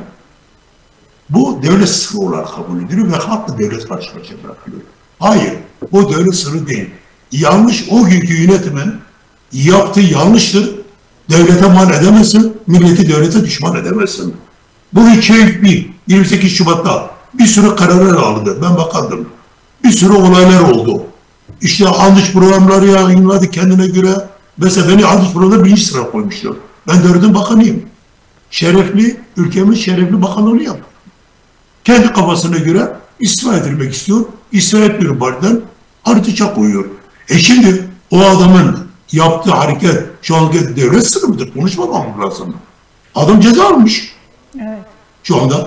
bu devlet sırrı olarak kabul ediliyor ve halkla devlet karşı karşıya bırakılıyor. Hayır, o devlet sırrı değil. Yanlış, o günkü yönetimin yaptığı yanlıştır. Devlete mal edemezsin, milleti devlete düşman edemezsin. Bu şey 28 Şubat'ta bir sürü kararlar alındı. Ben bakardım. Bir sürü olaylar oldu. İşte andış programları yayınladı kendine göre. Mesela beni andış programda 1. sıraya koymuşlar. Ben devletin bakanıyım. Şerefli, ülkemin şerefli bakanlığını yaptım. Kendi kafasına göre istifa edilmek istiyor. İstifa etmiyor partiden. Artıça koyuyor. Şimdi o adamın yaptığı hareket şu anki devlet sırrı mıdır? Konuşmamam lazım. Adam ceza almış. Evet. Şu anda.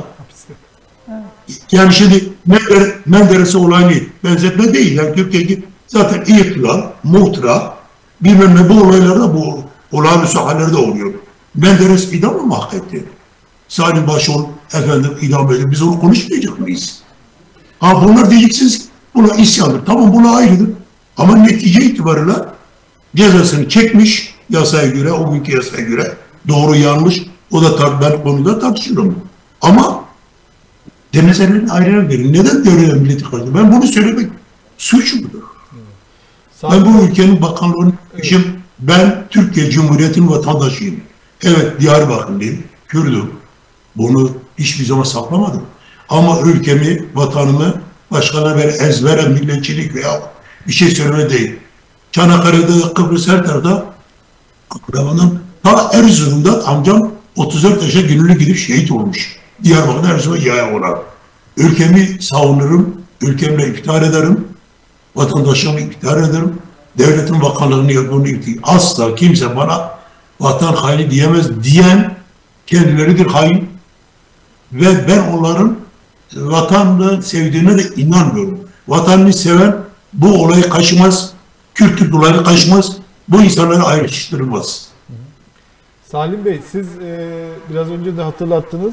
Yani şimdi Menderes'e olayını benzetme değil. Yani Türkiye'de zaten iktidar, muhtıra, bilmem ne bu olaylarda bu olağanüstü hallerde oluyor. Menderes idam mı hak etti? Salim Başol efendim idam edildi. Biz onu konuşmayacak mıyız? Ha bunlar diyeceksiniz ki buna isyandır. Tamam buna ayrıdır. Ama netice itibariyle cezasını çekmiş yasaya göre, o günkü yasaya göre doğru yanlış o da ben konuda tartışıyorum. Ama cenazelerin ayrıca verin. Neden devlet milleti karşı? Ben bunu söylemek suç mudur? Ben bu ülkenin bakanlığının ben Türkiye Cumhuriyeti'nin vatandaşıyım. Evet Diyarbakırlıyım, Kürdüm. Bunu hiçbir zaman saklamadım. Ama ülkemi, vatanımı başkalarına ezbere milletçilik veya bir şey söyleme değil. Çanakkale'de, Kıbrıs her tarafta akrabanın ta Erzurum'da amcam 34 yaşa gönüllü gidip şehit olmuş. Diyarbakır'da Erzurum'a yaya olarak. Ülkemi savunurum, ülkemle iftihar ederim, vatandaşlarımı iftihar ederim, devletin bakanlığını yaptığını iftihar. Asla kimse bana vatan haini diyemez diyen kendileridir hain. Ve ben onların vatanını sevdiğine de inanmıyorum. Vatanını seven bu olayı kaşımaz, Kürt dolayı kaşımaz, bu insanları ayrıştırmaz. Salim Bey, siz biraz önce de hatırlattınız.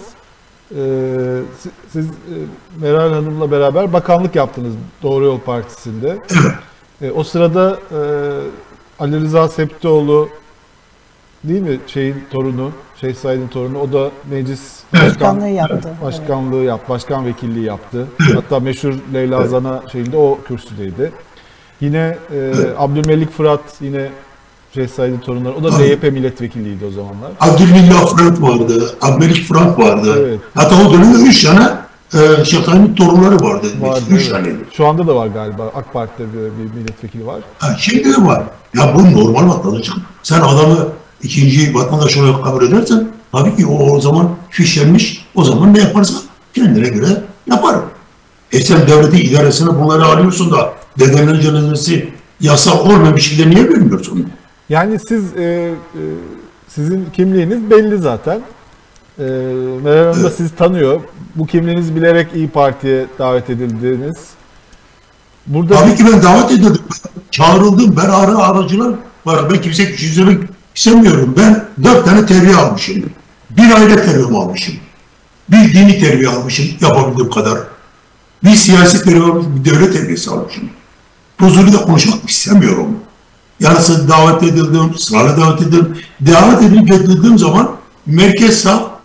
Siz Meral Hanım'la beraber bakanlık yaptınız Doğru Yol Partisi'nde. Evet. O sırada Ali Rıza Septioğlu değil mi şeyin torunu, Şeyh Said'in torunu, o da meclis Başkanlığı yaptı. başkanlığı yaptı, başkan vekilliği yaptı. Hatta meşhur Leyla Zana şeyinde o kürsüdeydi. Yine Abdülmelik Fırat yine Şeyh Said'in torunları. O da DYP milletvekiliydi o zamanlar. Abdülmelik Fırat vardı, Abdülmelik Fırat vardı. Evet. Hatta o dönemde 3 tane Şeyh Said'in torunları vardı. 3 Evet. tane. Şu anda da var galiba. AK Parti'de bir milletvekili var. Ha, şimdi de var. Ya bu normal vatandaşlık. Sen adamı ikinci vatandaş olarak kabul edersen tabii ki o zaman fişlenmiş. O zaman ne yaparsa kendine göre yapar. Sen devletin idaresine bunları alıyorsun da dedenin cenazesi yasal olmayan bir şeyleri niye vermiyorsun? Yani sizin kimliğiniz belli zaten. Meral Hanım da sizi tanıyor. Bu kimliğinizi bilerek İYİ Parti'ye davet edildiniz. Burada Tabii ki ben davet edildim. Çağrıldım. Ben aracılar var. Ben kimse izlemek istemiyorum. Ben 4 tane terbiye almışım. Bir aile terbiyemi almışım. Bir dini terbiye almışım yapabildiğim kadar. Bir siyasi terbiye almışım. Bir devlet terbiyesi almışım. Huzurlu da konuşmak istemiyorum. Yani davet edildim, ısrarla davet edildim. Davet edilip getirildiğim zaman merkez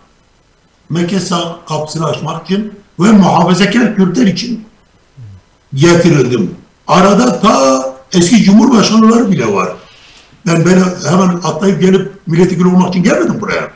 sağ kapısını açmak için ve muhafazakar Kürtler için getirildim. Arada ta eski cumhurbaşkanları bile var. Ben hemen atlayıp gelip milletvekili olmak için gelmedim buraya.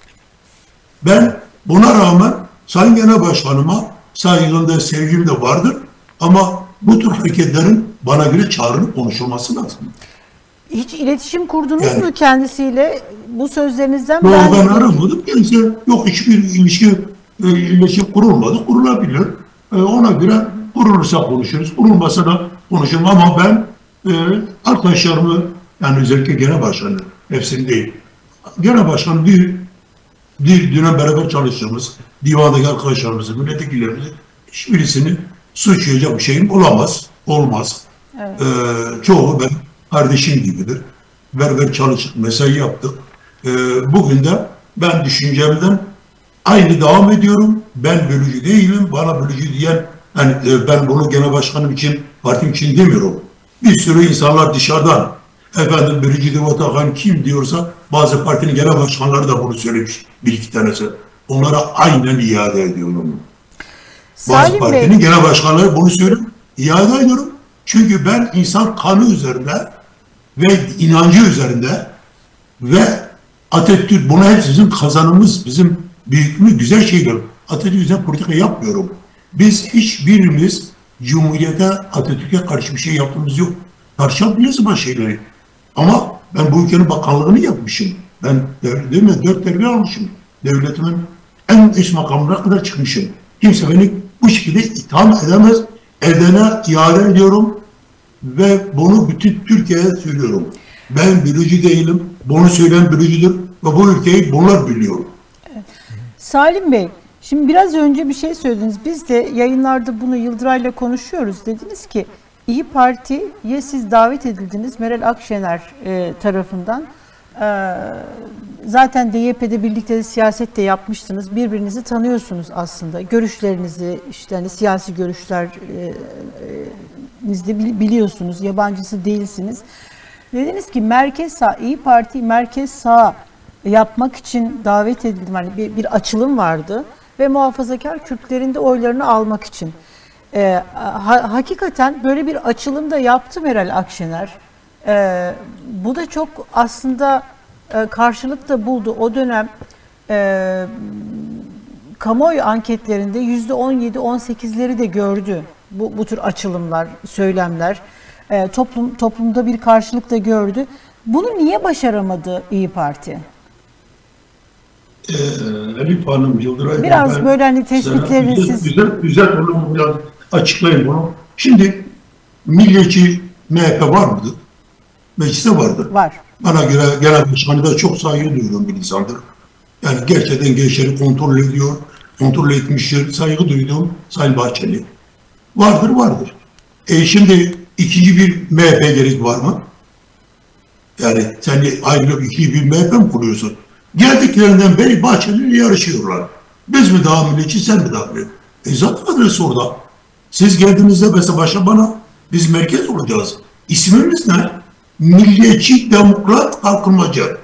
Ben buna rağmen Sayın Genel Başkanıma saygımda, sevgim de vardır ama bu tür hareketlerin bana göre çağrılıp konuşulması lazım. Hiç iletişim kurdunuz Yani- mu kendisiyle? Bu sözlerinizden Ben ben aramadım kendisi. Yok hiçbir ilişki iletişim kurulmadı. Kurulabilir. Ona göre kurulursa konuşuruz. Kurulmasa da konuşurum ama ben arkadaşlarımı, yani özellikle genel başkanı, hepsini değil. Genel başkanı bir dönem beraber çalıştığımız divandaki arkadaşlarımızı, milletvekillerimizi hiçbirisini suçlayacak bir şeyim olamaz. Olmaz. Evet. Çoğu ben kardeşim gibidir. Beraber çalıştık, mesai yaptık. Bugün de ben düşüncemden aynı devam ediyorum. Ben bölücü değilim. Bana bölücü diyen, yani ben bunu genel başkanım için, partim için demiyorum. Bir sürü insanlar dışarıdan efendim bölücü Vatakan kim diyorsa bazı partinin genel başkanları da bunu söylemiş. Bir iki tanesi. Onlara aynen iade ediyorum. Bazı Salim partinin Bey, genel başkanları bunu söylüyor. İade ediyorum. Çünkü ben insan kanı üzerinde ve inancı üzerinde ve Atatürk, buna hep bizim kazanımız, bizim büyüklüğümüz, güzel şeyler. Atatürk üzerine politika yapmıyorum. Biz hiçbirimiz Cumhuriyete, Atatürk'e karşı bir şey yaptığımız yok. Tartışabiliriz bazı şeyleri. Ama ben bu ülkenin bakanlığını yapmışım. Ben değil mi? 4 terbiye almışım. Devletimin en üst makamına kadar çıkmışım. Kimse beni bu şekilde itham edemez. Edene iade ediyorum. Ve bunu bütün Türkiye'ye söylüyorum. Ben bölücü değilim. Bunu söyleyen bölücüdür. Ve bu ülkeyi bunlar biliyor. Salim Bey, şimdi biraz önce bir şey söylediniz. Biz de yayınlarda bunu Yıldıray'la konuşuyoruz. Dediniz ki İyi Parti'ye siz davet edildiniz Meral Akşener tarafından. Zaten DYP'de birlikte de siyaset de yapmıştınız. Birbirinizi tanıyorsunuz aslında. Görüşlerinizi, işte hani siyasi görüşlerinizi de biliyorsunuz. Yabancısı değilsiniz. Dediniz ki merkez sağ, İyi Parti merkez sağ yapmak için davet edildim. Hani bir açılım vardı ve muhafazakar Kürtlerin de oylarını almak için. Hakikaten böyle bir açılım da yaptı Meral Akşener. Bu da çok aslında karşılık da buldu. O dönem kamuoyu anketlerinde %17-18'leri de gördü bu tür açılımlar, söylemler. Toplumda bir karşılık da gördü. Bunu niye başaramadı İyi Parti? Elif Hanım, Yıldıray, Biraz böyle hani tespitlerini siz... Güzel onu biraz açıklayın bunu. Şimdi milliyetçi MHP var mıydı? Mecliste vardı. Var. Bana göre genel başkanı da çok saygı duyduğum bir insandır. Yani gerçekten gençleri kontrol ediyor, kontrol etmiştir, saygı duyduğum Sayın Bahçeli. Vardır. Şimdi ikinci bir MHP gerek var mı? Yani sen ayrılıp ikinci bir MHP mi kuruyorsun? Geldiklerinden beri Bahçeli'yle yarışıyorlar. Biz mi daha milliyetçi, sen mi daha milliyetçi? Zaten adresi orada. Siz geldiğinizde mesela başa bana, biz merkez olacağız. İsmimiz ne? Milliyetçi Demokrat Kalkınmacı.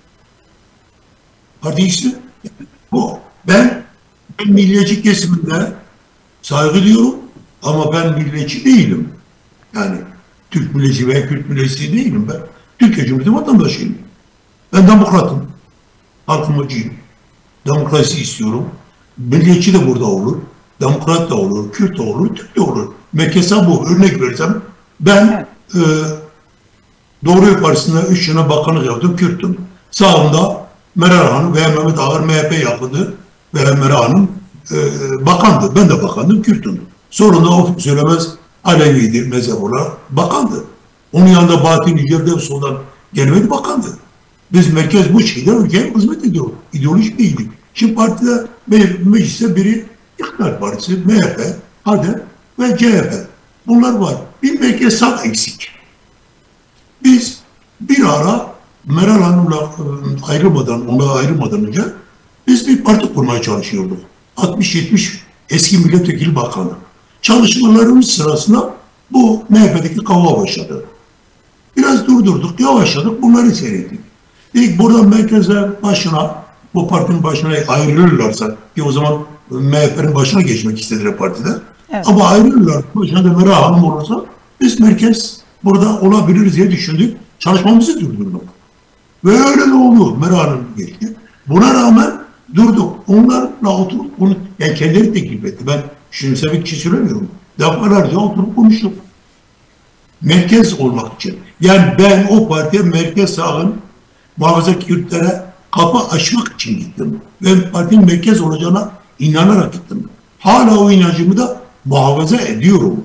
Parti ismi bu. Ben milliyetçi kesiminde saygı duyuyorum ama ben milliyetçi değilim. Yani Türk milliyetçi veya Kürt milliyetçi değilim ben. Türkiye Cumhuriyeti vatandaşıyım. Ben demokratım. Kalkınmacıyım. Demokrasi istiyorum. Milliyetçi de burada olur. Demokrat da olur, Kürt de olur, Türk de olur. Merkez'e bu. Örnek versem ben Doğru Yol Partisi'nde 3 yıl bakanlık yaptım, Kürt'tüm. Sağımda Meral Hanım veya Mehmet Ağar MHP yapıldı veya Meral Hanım bakandı. Ben de bakandım, Kürt'üm. Sonunda o söylemez Alevi'dir mezhep olarak bakandı. Onun yanında Bahattin Yücel'de soldan gelmedi, bakandı. Biz merkez bu şekilde ülkeye hizmet ediyor. İdeolojik değildik. Şimdi partide mecliste biri İktidar Partisi, MHP, HADEP ve CHP. Bunlar var. Bir merkez sağ eksik. Biz bir ara Meral Hanım'la ayrılmadan önce biz bir parti kurmaya çalışıyorduk. 60-70 eski milletvekili bakanı. Çalışmalarımız sırasında bu MHP'deki kavga başladı. Biraz durdurduk, yavaşladık, bunları seyrettik. İlk buradan merkeze başına, bu partinin başına ayrılırlarsa, ki o zaman MHP'nin başına geçmek istediler partide. Evet. Ama ayrılırlar, başına da Meral Hanım olursa biz merkez burada olabiliriz diye düşündük. Çalışmamızı durdurduk. Ve öyle de oldu. Meral Hanım geçti. Buna rağmen durduk. Onlarla oturup bunu, yani kendileri teklif etti. Ben şunu kişi söylemiyorum. Defalarca oturup konuştuk. Merkez olmak için. Yani ben o partiye merkez sağın muhafazakar Kürtlere kapı açmak için gittim. Ben partinin merkez olacağına İnanarak gittim. Hala o inancımı da muhafaza ediyorum.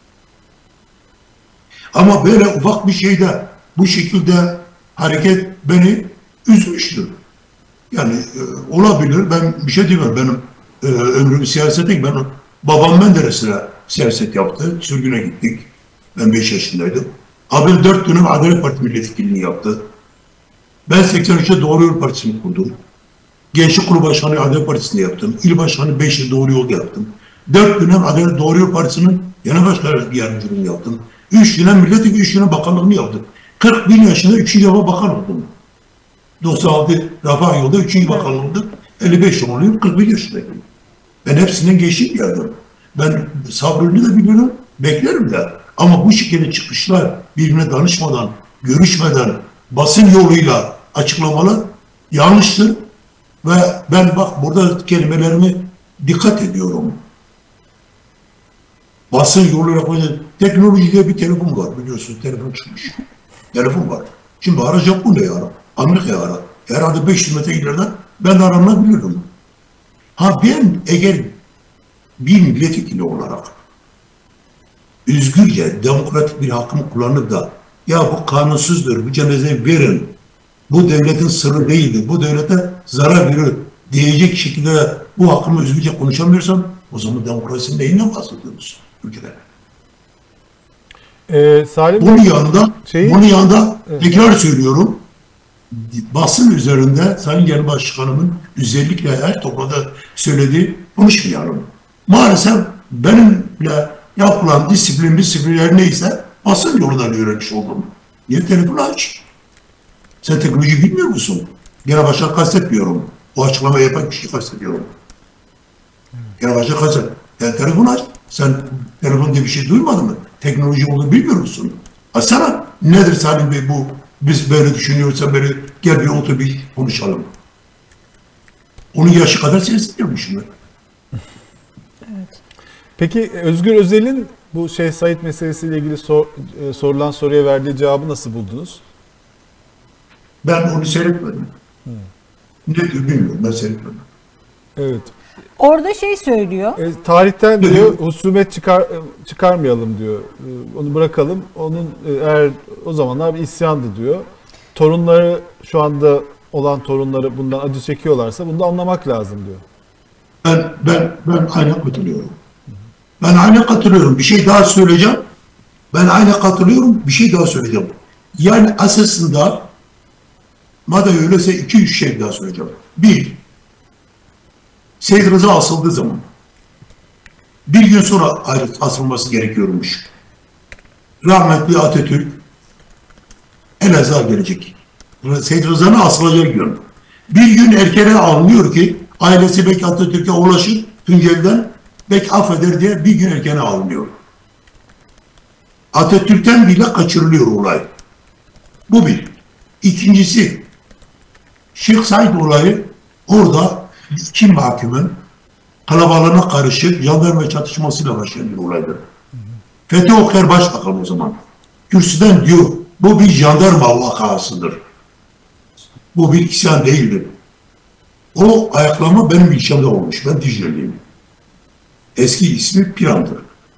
Ama böyle ufak bir şeyde bu şekilde hareket beni üzmüştür. Yani olabilir. Ben bir şey diyemem. Benim ömrüm siyasete, ben babam Menderes'le siyaset yaptı. Sürgüne gittik. Ben 5 yaşındaydım. Abim 4 dönem Adalet Partisi milletvekilliğini yaptı. Ben 83'te Doğru Yol Partisi'ni kurdum. Gençlik Kurulu Başkanı Adalet Partisi'ni yaptım. İl Başkanı 5 yıl Doğru Yol'da yaptım. 4 dönem Adalet Doğru Yol Partisi'nin genel başkanı yardımcılığını yaptım. 3 dönem milletvekili, 3 dönem bakanlığını yaptım. 41 yaşında 3. defa bakan oldum. 96 Rafa Yolda 3. bakanlığımda 55 oluyor, 41 yaşındayım. Ben hepsinden geçtim geldim. Ben sabrını da biliyorum, beklerim de. Ama bu şekilde çıkışlar birbirine danışmadan, görüşmeden, basın yoluyla açıklamalar yanlıştır. Ve ben bak burada kelimelerime dikkat ediyorum. Basın yoluyla koyacak. Teknolojide bir telefon var biliyorsunuz. Telefon çıkmış. Telefon var. Şimdi arayacak bu ne ya? Amerika'ya ara. Herhalde 500 metre ileriden ben aranabilirim. Ha ben eğer bir milletvekili olarak özgürce, demokratik bir hakkımı kullanıp da ya bu kanunsuzdur, bu cenazeyi verin, bu devletin sırrı değildir, bu devlete zarar verir diyecek şekilde bu hakkımı özgürce konuşamıyorsam o zaman demokrasinin neyinden bahsediyoruz ülkede? Salim Bunun Bey, yanında tekrar söylüyorum, basın üzerinde Sayın Genel Başkanımın özellikle her toplantıda söylediği konuşmayalım. Maalesef benimle yapılan disiplinler neyse basın yolundan öğrenmiş oldum. Niye telefonu aç? Sen teknoloji bilmiyor musun? Genel Başkan kastetmiyorum. O açıklama yapan kişiyi kastediyorum. Genel Başkan kastet. Yani telefonu aç. Sen telefon diye bir şey duymadın mı? Teknoloji olduğunu bilmiyor musun? Açsana. Nedir Salim Bey bu? Biz böyle düşünüyorsa böyle gel bir otur bir konuşalım. Onun yaşı kadar siyaset yapmışım ben. peki Özgür Özel'in bu Şeyh Said meselesiyle ilgili sorulan soruya verdiği cevabı nasıl buldunuz? Ben onu seyretmedim. Ne diyor bilmiyorum. Ben seyretmedim. Evet. Orada şey söylüyor. Tarihten diyor husumet çıkarmayalım diyor. Onu bırakalım. Onun eğer o zamanlar bir isyandı diyor. Torunları şu anda olan torunları bundan acı çekiyorlarsa bunu da anlamak lazım diyor. Ben aynen katılıyorum. Ben aynen katılıyorum. Bir şey daha söyleyeceğim. Ben aynen katılıyorum. Bir şey daha söyleyeceğim. Yani aslında madem öyleyse 2-3 şey daha söyleyeceğim. Bir, Seyyid Rıza asıldığı zaman bir gün sonra asılması gerekiyormuş. Rahmetli Atatürk Elazığ'a gelecek. Seyyid Rıza'nın asılacağı gün. Bir gün erkene alınıyor ki ailesi belki Atatürk'e ulaşır Tunceli'den belki affeder diye bir gün erkene alınıyor. Atatürk'ten bile kaçırılıyor olay. Bu bir. İkincisi Şeyh Said olayı orada iki mahkumun kalabalığına karışık jandarma çatışmasıyla başlayan bir olaydır. Fethi Okyar Başbakan o zaman. Kürsüden diyor bu bir jandarma vakasıdır. Bu bir isyan değildir. O ayaklama benim ilçemde olmuş. Ben Dicle'liyim. Eski ismi Piran'dır.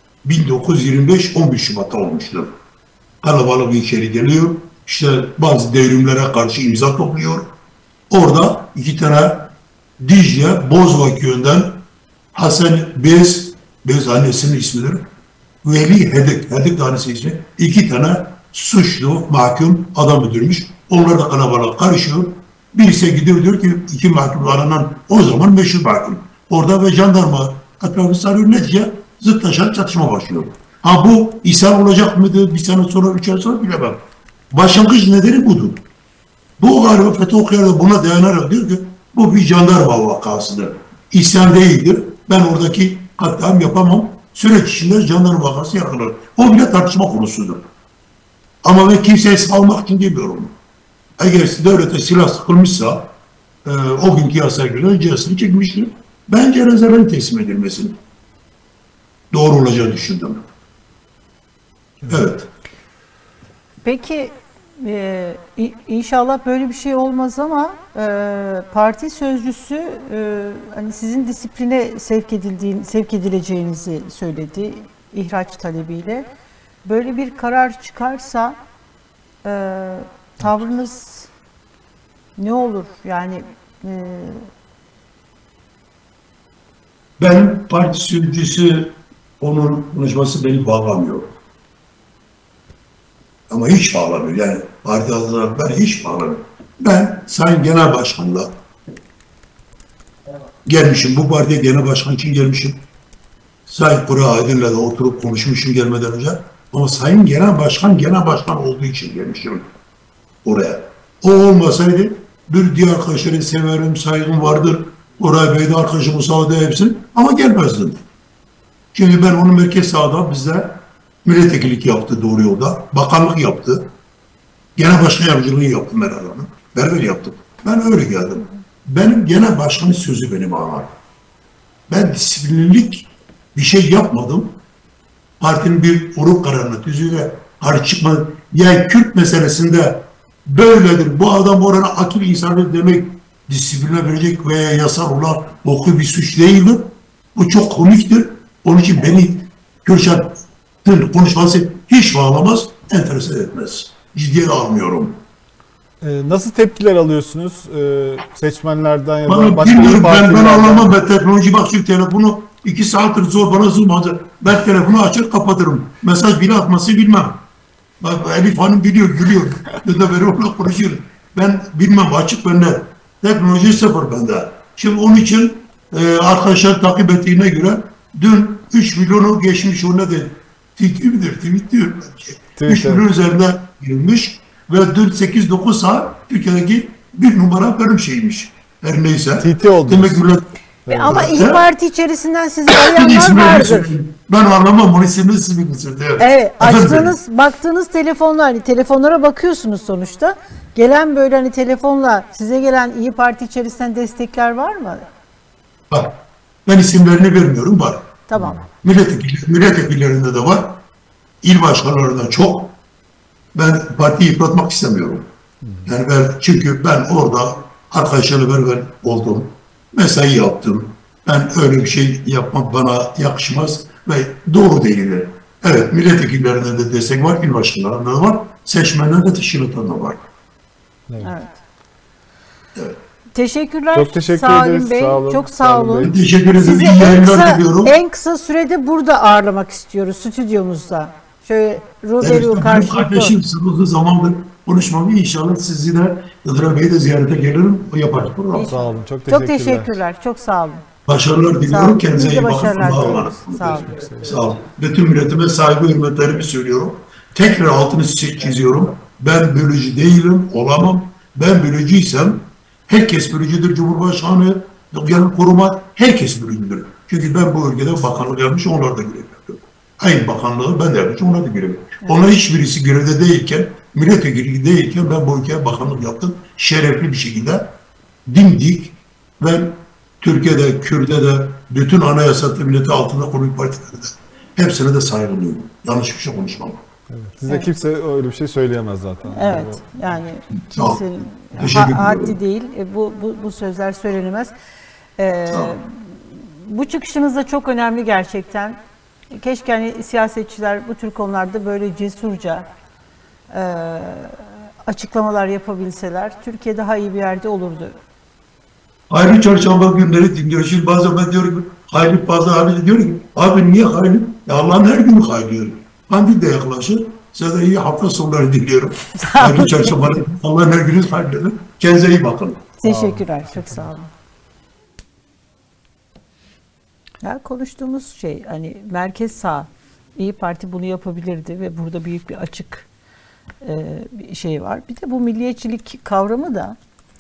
1925 11 Şubat'ta olmuştur. Kalabalık bir içeri geliyor. İşte bazı devrimlere karşı imza topluyor. Orada iki tane Dicle, Bozvak köyünden Hasan Bez annesinin ismidir. Veli Hedik tanesi ismi. İki tane suçlu, mahkum adam öldürmüş. Onlar da kalabalık karışıyor. Birisi gidiyor diyor ki iki mahkum aranan o zaman meşhur mahkum. Orada ve jandarma etrafı sarıyor. Netice zıtlaşan çatışma başlıyor. Ha bu isyan olacak mıydı? Bir sene sonra, 3 ay sonra bilemem. Başlangıç nedeni budur. Bu galiba Fethi Okyar da buna dayanarak diyor ki bu bir jandarma vakasıdır. İsyan değildir. Ben oradaki katliam yapamam. Süreç içinde jandarma vakası yapılır. O bile tartışma konusudur. Ama ben kimseye salmak için demiyorum. Eğer devlete silah sıkılmışsa o günkü yasaya göre cezasını çekmiştir. Ben cenazelerin teslim edilmesini doğru olacağını düşündüm. Evet. Peki İnşallah böyle bir şey olmaz ama parti sözcüsü hani sizin disipline sevk edileceğinizi söyledi ihraç talebiyle. Böyle bir karar çıkarsa tavrınız ne olur? Yani Ben parti sözcüsü onun konuşması beni bağlamıyor. Ama hiç bağlamıyor. Yani parti adına ben hiç bağlamıyor. Ben Sayın Genel Başkan'la gelmişim. Bu partiye genel başkan için gelmişim. Sayın Kuru Aydın'la da oturup konuşmuşum gelmeden önce. Ama Sayın Genel Başkan olduğu için gelmişim oraya. O olmasaydı bir diğer arkadaşları severim, saygım vardır. Oray Bey'de arkadaşım Musa hepsini ama gelmezdim. Çünkü ben onu merkez sahada bizde milletvekillik yaptı doğru yolda. Bakanlık yaptı. Genel başkan yardımcılığı yaptım Meral Hanım. Berber yaptım. Ben öyle geldim. Benim genel başkanın sözü beni bağlar. Ben disiplinlik bir şey yapmadım. Partinin bir oruk kararına tüzüğüne karşı çıkmadı. Yani Kürt meselesinde böyledir. Bu adam orana akıl insanı demek disipline verecek veya yasal olarak hukuki bir suç değildir. Bu çok komiktir. Onun için beni Kürşat'ın konuşması hiç bağlamaz, enterese etmez. Ciddiye almıyorum. Nasıl tepkiler alıyorsunuz seçmenlerden ya da Bana başka bir bilmiyorum, ben partilerden? anlamam. Ben teknoloji bak şu telefonu 2 saattir zor bana zırmadı. Ben telefonu açıp kapatırım. Mesaj bile atması bilmem. Bak Elif Hanım biliyor, gülüyor. Ben de böyle onunla konuşuyorum. Ben bilmem, açık bende. Teknoloji sıfır bende. Şimdi onun için arkadaşlar takip ettiğine göre dün 3 milyonu geçmiş, o ne de tweet diyor belki. 3 milyon üzerinde girmiş ve dün 8-9 saat Türkiye'deki bir numara benim şeymiş. Her neyse. TT oldunuz. Demek millet ama İYİ Evet. Parti içerisinden sizi bir arayanlar ismini vardır. söyleyeyim. Ben anlamam, onun ismini siz bilirsiniz. Evet, Efendim? baktığınız telefonlar, hani telefonlara bakıyorsunuz sonuçta. Gelen böyle hani telefonla size gelen İYİ Parti içerisinden destekler var mı? Bak, ben isimlerini vermiyorum, var. Tamam. Milletvekillerinde de var. İl başkanlarında çok. Ben partiyi yıpratmak istemiyorum. Yani çünkü ben orada arkadaşlarla beraber oldum. Mesai yaptım. Ben öyle bir şey yapmak bana yakışmaz ve doğru değildir. Evet, milletvekillerinde de destek var, il başkanlarında da var, seçmenlerde de teşkilatlarında var. Evet. Evet. Teşekkürler Çok teşekkür Salim ederiz. Bey. Sağ olun. Çok sağ Salim olun. Bey. Teşekkür ederim. Sizi İyi yayınlar diliyorum. en kısa sürede burada ağırlamak istiyoruz stüdyomuzda. Şöyle ruberu Benim karşılıklı. kardeşim sıkıldığı zamandır konuşmamı, inşallah sizi de Yıldıray Bey'i de ziyarete gelirim. O yapar program. Sağ olun. Çok Çok teşekkürler. teşekkürler. Çok sağ olun. Başarılar Sağ olun. diliyorum. Kendinize Biz de iyi bakın. başarılar Allah'a diliyoruz. emanet. Sağ olun. Sağ olun. Bütün milletime saygı hürmetlerimi söylüyorum. Tekrar altını çiziyorum. Ben bölücü değilim, olamam. Ben bölücüysem herkes bölücüdür. Cumhurbaşkanı, genel koruma, herkes bölücüdür. Çünkü ben bu ülkede bakanlık yapmış, onlar da görev yapıyor. Aynı bakanlığı ben de yapmışım, onlar da görev yapıyor. Onlar hiçbirisi görevde değilken, milletvekili değilken ben bu ülkeye bakanlık yaptım. Şerefli bir şekilde, dimdik. Ben Türkiye'de, Kürt'e de, bütün anayasa milleti altında kurulan partilerde hepsine de saygı duyuyorum. Yanlış bir şey konuşmam. Size kimse öyle bir şey söyleyemez zaten. Evet. Yani Sağ ol. kimsenin Teşekkür haddi ediyorum. değil. Bu sözler söylenemez. Sağ ol. Bu çıkışınız da çok önemli gerçekten. Keşke hani siyasetçiler bu tür konularda böyle cesurca açıklamalar yapabilseler Türkiye daha iyi bir yerde olurdu. Hayri Çarşamba günleri dinliyor. Şimdi bazen ben diyorum ki, Hayri Pazar abi diyor ki, abi niye Hayri? Ya Allah'ın her günü Hayri. Kandil de yaklaşır. Size de iyi hafta sonları diliyorum. Hayri Çarşamba, Allah'ın her günü Hayri. Kendinize iyi bakın. Teşekkürler. Çok sağ olun. Ya konuştuğumuz şey hani merkez sağ İYİ Parti bunu yapabilirdi ve burada büyük bir açık bir şey var. Bir de bu milliyetçilik kavramı da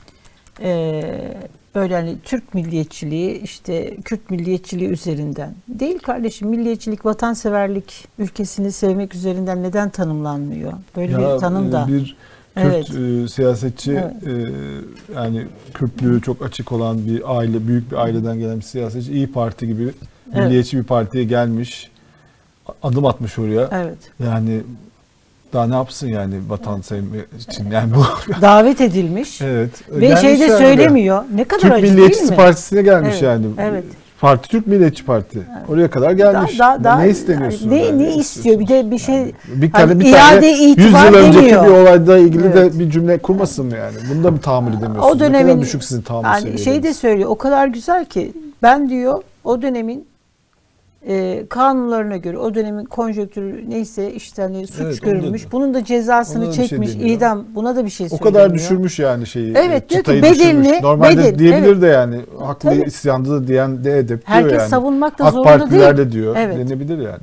böyle hani Türk milliyetçiliği işte Kürt milliyetçiliği üzerinden değil kardeşim, milliyetçilik vatanseverlik, ülkesini sevmek üzerinden neden tanımlanmıyor? Böyle bir tanım da. Bir Evet. Kürt siyasetçi Evet. yani Kürtlüğü çok açık olan bir aile, büyük bir aileden gelen bir siyasetçi İYİ Parti gibi milliyetçi bir partiye gelmiş, adım atmış oraya. Evet. Yani Daha ne yapsın yani vatan sevme için yani bu. Davet edilmiş. Evet. Ve Gelmiş şey de yani söylemiyor. Ne kadar Türk acı değil Milliyetçisi mi? Partisi'ne gelmiş Evet, yani. evet. Parti Türk Milliyetçi Parti. Oraya kadar gelmiş. Ne isteniyorsunuz? Ne istiyor? Bir de bir şey Bir hani tane, bir tane 100 itibar yıl önceki demiyor. bir olayla ilgili Evet. de bir cümle kurmasın mı yani? Bunu da mı tahammül edemiyorsunuz? O dönemin ne kadar düşük sizin tahammül yani seviyeleriniz? şey de söylüyor. O kadar güzel ki ben diyor o dönemin kanunlarına göre o dönemin konjonktürü neyse işte hani suç Evet, onda görülmüş. da. Bunun da cezasını Ona da bir şey çekmiş. demiyor. idam buna da bir şey O söylemiyor. kadar düşürmüş yani şeyi. Evet, diyor ki çıtayı bedelini- düşürmüş. Normalde bedel, diyebilir evet. de yani haklı Tabii. isyanda da diyen de edip diyor Herkes yani. savunmak da AK zorunda Partililer değil. de diyor. Evet. Denebilir yani.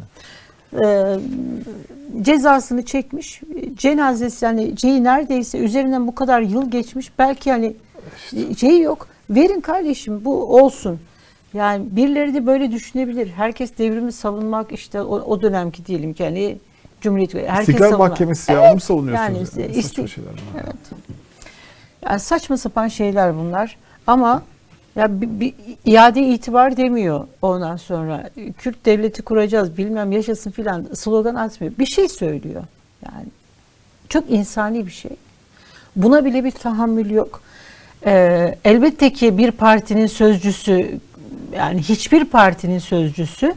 Cezasını çekmiş. Cenazesi yani şeyi neredeyse üzerinden bu kadar yıl geçmiş. Belki hani şeyi yok. Verin kardeşim bu olsun. Yani birileri de böyle düşünebilir. Herkes devrimi savunmak işte o dönemki diyelim ki hani Cumhuriyet herkes İstiklal savunmak. Mahkemesi ya onu mu savunuyorsunuz? Yani Yani saçma şeyler bunlar. Evet. Yani saçma sapan şeyler bunlar. Ama ya bir iade itibar demiyor ondan sonra. Kürt devleti kuracağız bilmem yaşasın filan slogan atmıyor. Bir şey söylüyor. Yani çok insani bir şey. Buna bile bir tahammül yok. Elbette ki bir partinin sözcüsü yani hiçbir partinin sözcüsü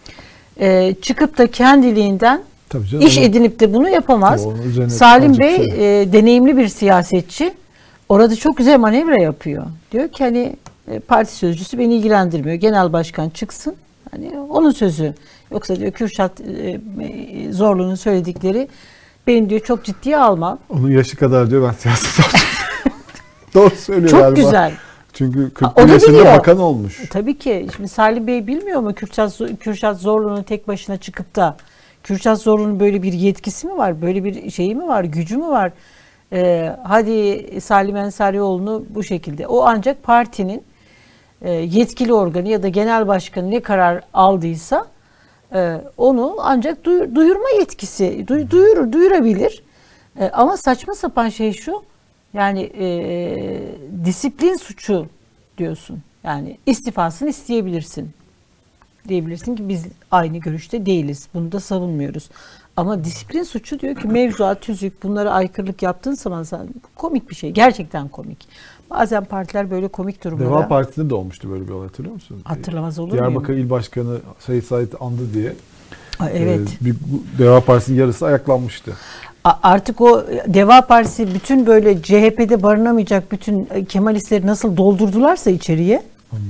çıkıp da kendiliğinden Tabii canım, iş edinip de bunu yapamaz. Tabii, onun üzerine Salim azıcık Bey şey. deneyimli bir siyasetçi. Orada çok güzel manevra yapıyor. Diyor ki hani parti sözcüsü beni ilgilendirmiyor. Genel başkan çıksın. Hani onun sözü. Yoksa diyor Kürşat Zorlu'nun söyledikleri benim diyor çok ciddiye almam. Onun yaşı kadar diyor ben siyaset yapacağım. Doğru söylüyor Çok galiba. güzel. Çünkü O da 41 yaşında biliyor. bakan olmuş. Tabii ki. Şimdi Salim Bey bilmiyor mu Kürşat Zorlu'nun tek başına çıkıp da Kürşat Zorlu'nun böyle bir yetkisi mi var? Böyle bir şeyi mi var? Gücü mü var? Hadi Salim Ensarioğlu'nu bu şekilde. O ancak partinin yetkili organı ya da genel başkanı ne karar aldıysa onu ancak duyurma yetkisi duyurabilir. Ama saçma sapan şey şu. Yani disiplin suçu diyorsun. Yani istifasını isteyebilirsin. Diyebilirsin ki biz aynı görüşte değiliz. Bunu da savunmuyoruz. Ama disiplin suçu diyor ki mevzuat, tüzük bunlara aykırılık yaptığın zaman komik bir şey. Gerçekten komik. Bazen partiler böyle komik durumlara... Deva Partisi'nde de olmuştu böyle bir olay hatırlıyor musun? Hatırlamaz olur muyum? Diyarbakır İl Başkanı Sayit Said andı diye. Evet. Deva Partisi'nin yarısı ayaklanmıştı. Artık o Deva Partisi bütün böyle CHP'de barınamayacak bütün Kemalistleri nasıl doldurdularsa içeriye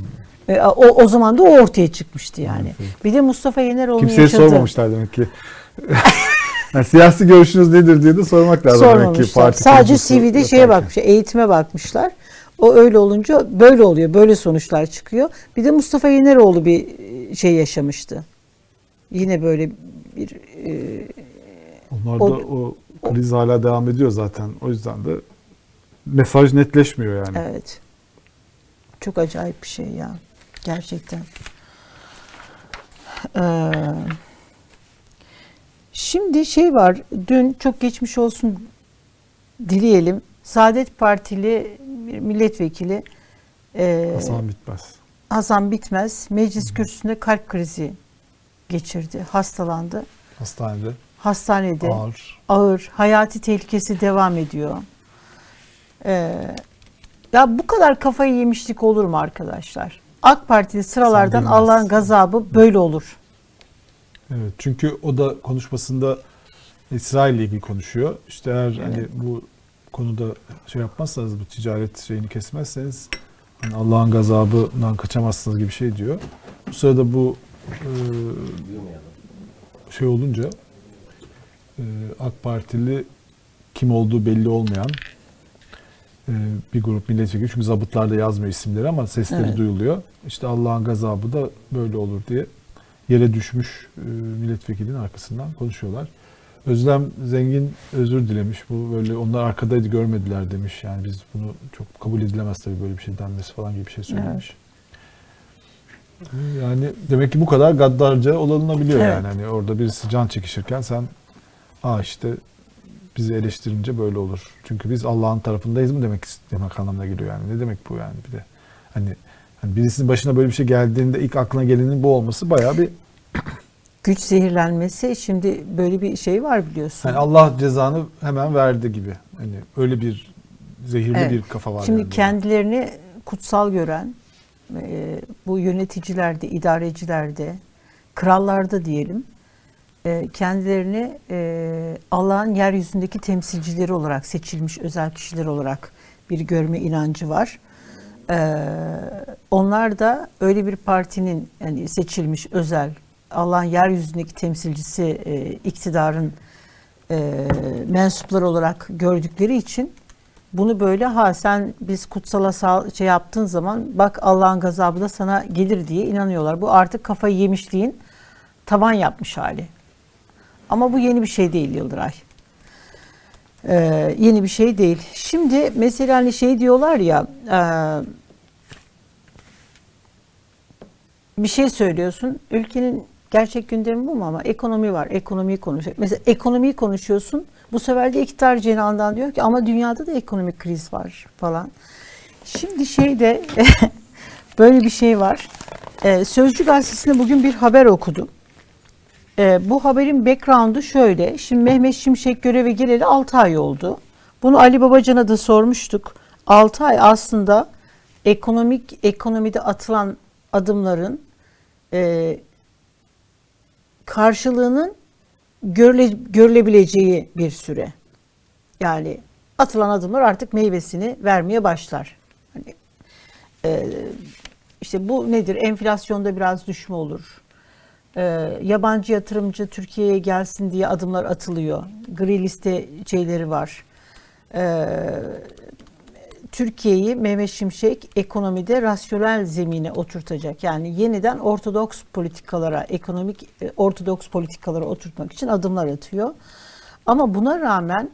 o zaman da o ortaya çıkmıştı yani. Bir de Mustafa Yeneroğlu'nun Kimseye yaşadığı... sormamışlar demek ki. Yani siyasi görüşünüz nedir diye de sormak lazım. Demek ki parti Sadece kurucusu CV'de şeye yaparken. bakmışlar, eğitime bakmışlar. O öyle olunca böyle oluyor, böyle sonuçlar çıkıyor. Bir de Mustafa Yeneroğlu bir şey yaşamıştı. Yine böyle bir... Onlarda o kriz hala devam ediyor zaten. O yüzden de mesaj netleşmiyor yani. Evet. Çok acayip bir şey ya. Gerçekten. Şimdi şey var. Dün çok geçmiş olsun dileyelim. Saadet Partili bir milletvekili Hasan Bitmez. Hasan Bitmez meclis kürsüsünde kalp krizi geçirdi. Hastalandı. Hastanede. Ağır. Hayati tehlikesi devam ediyor. Ya bu kadar kafayı yemişlik olur mu arkadaşlar? AK Partili sıralardan Allah'ın gazabı böyle olur. Evet, çünkü o da konuşmasında İsrail ile ilgili konuşuyor. İşte eğer hani bu konuda şey yapmazsanız, bu ticaret şeyini kesmezseniz hani Allah'ın gazabından kaçamazsınız gibi şey diyor. Bu sırada bu şey olunca AK Partili kim olduğu belli olmayan bir grup milletvekili, çünkü zabıtlarda yazmıyor isimleri ama sesleri duyuluyor. İşte Allah'ın gazabı da böyle olur diye yere düşmüş milletvekilinin arkasından konuşuyorlar. Özlem Zengin özür dilemiş. Bu böyle onlar arkadaydı görmediler demiş. Yani biz bunu çok kabul edilemez tabii böyle bir şey denmesi falan gibi bir şey söylemiş. Yani demek ki bu kadar gaddarca olanabiliyor yani. Hani orada birisi can çekişirken sen işte bizi eleştirince böyle olur. Çünkü biz Allah'ın tarafındayız mı demek anlamına geliyor yani. Ne demek bu yani bir de. Hani birisinin başına böyle bir şey geldiğinde ilk aklına gelenin bu olması bayağı bir güç zehirlenmesi, şimdi böyle bir şey var biliyorsun. Yani Allah cezanı hemen verdi gibi. Hani öyle bir zehirli Evet. bir kafa var. Şimdi yani. kendilerini kutsal gören bu yöneticilerde, idarecilerde, krallarda diyelim, kendilerini Allah'ın yeryüzündeki temsilcileri olarak, seçilmiş özel kişiler olarak bir görme inancı var. Onlar da öyle bir partinin, yani seçilmiş özel Allah'ın yeryüzündeki temsilcisi, iktidarın mensupları olarak gördükleri için bunu böyle sen biz kutsala şey yaptığın zaman bak Allah'ın gazabı da sana gelir diye inanıyorlar. Bu artık kafayı yemişliğin taban yapmış hali. Ama bu yeni bir şey değil Yıldıray. Yeni bir şey değil. Şimdi mesela hani şey diyorlar ya, bir şey söylüyorsun, ülkenin gerçek gündemi bu mu, ama ekonomi var, ekonomiyi konuşuyor. Mesela ekonomiyi konuşuyorsun, bu sefer de iktidar cenahından diyor ki ama dünyada da ekonomik kriz var falan. Şimdi şeyde böyle bir şey var. Sözcü gazetesinde bugün bir haber okudum. Bu haberin background'u şöyle. Şimdi Mehmet Şimşek göreve geleli 6 ay oldu. Bunu Ali Babacan'a da sormuştuk. 6 ay aslında ekonomide atılan adımların karşılığının görülebileceği bir süre. Yani atılan adımlar artık meyvesini vermeye başlar. Hani, işte bu nedir? Enflasyonda biraz düşme olur. Yabancı yatırımcı Türkiye'ye gelsin diye adımlar atılıyor. Gri liste şeyleri var. Türkiye'yi Mehmet Şimşek ekonomide rasyonel zemine oturtacak. Yani yeniden ortodoks politikalara, ekonomik ortodoks politikalara oturtmak için adımlar atıyor. Ama buna rağmen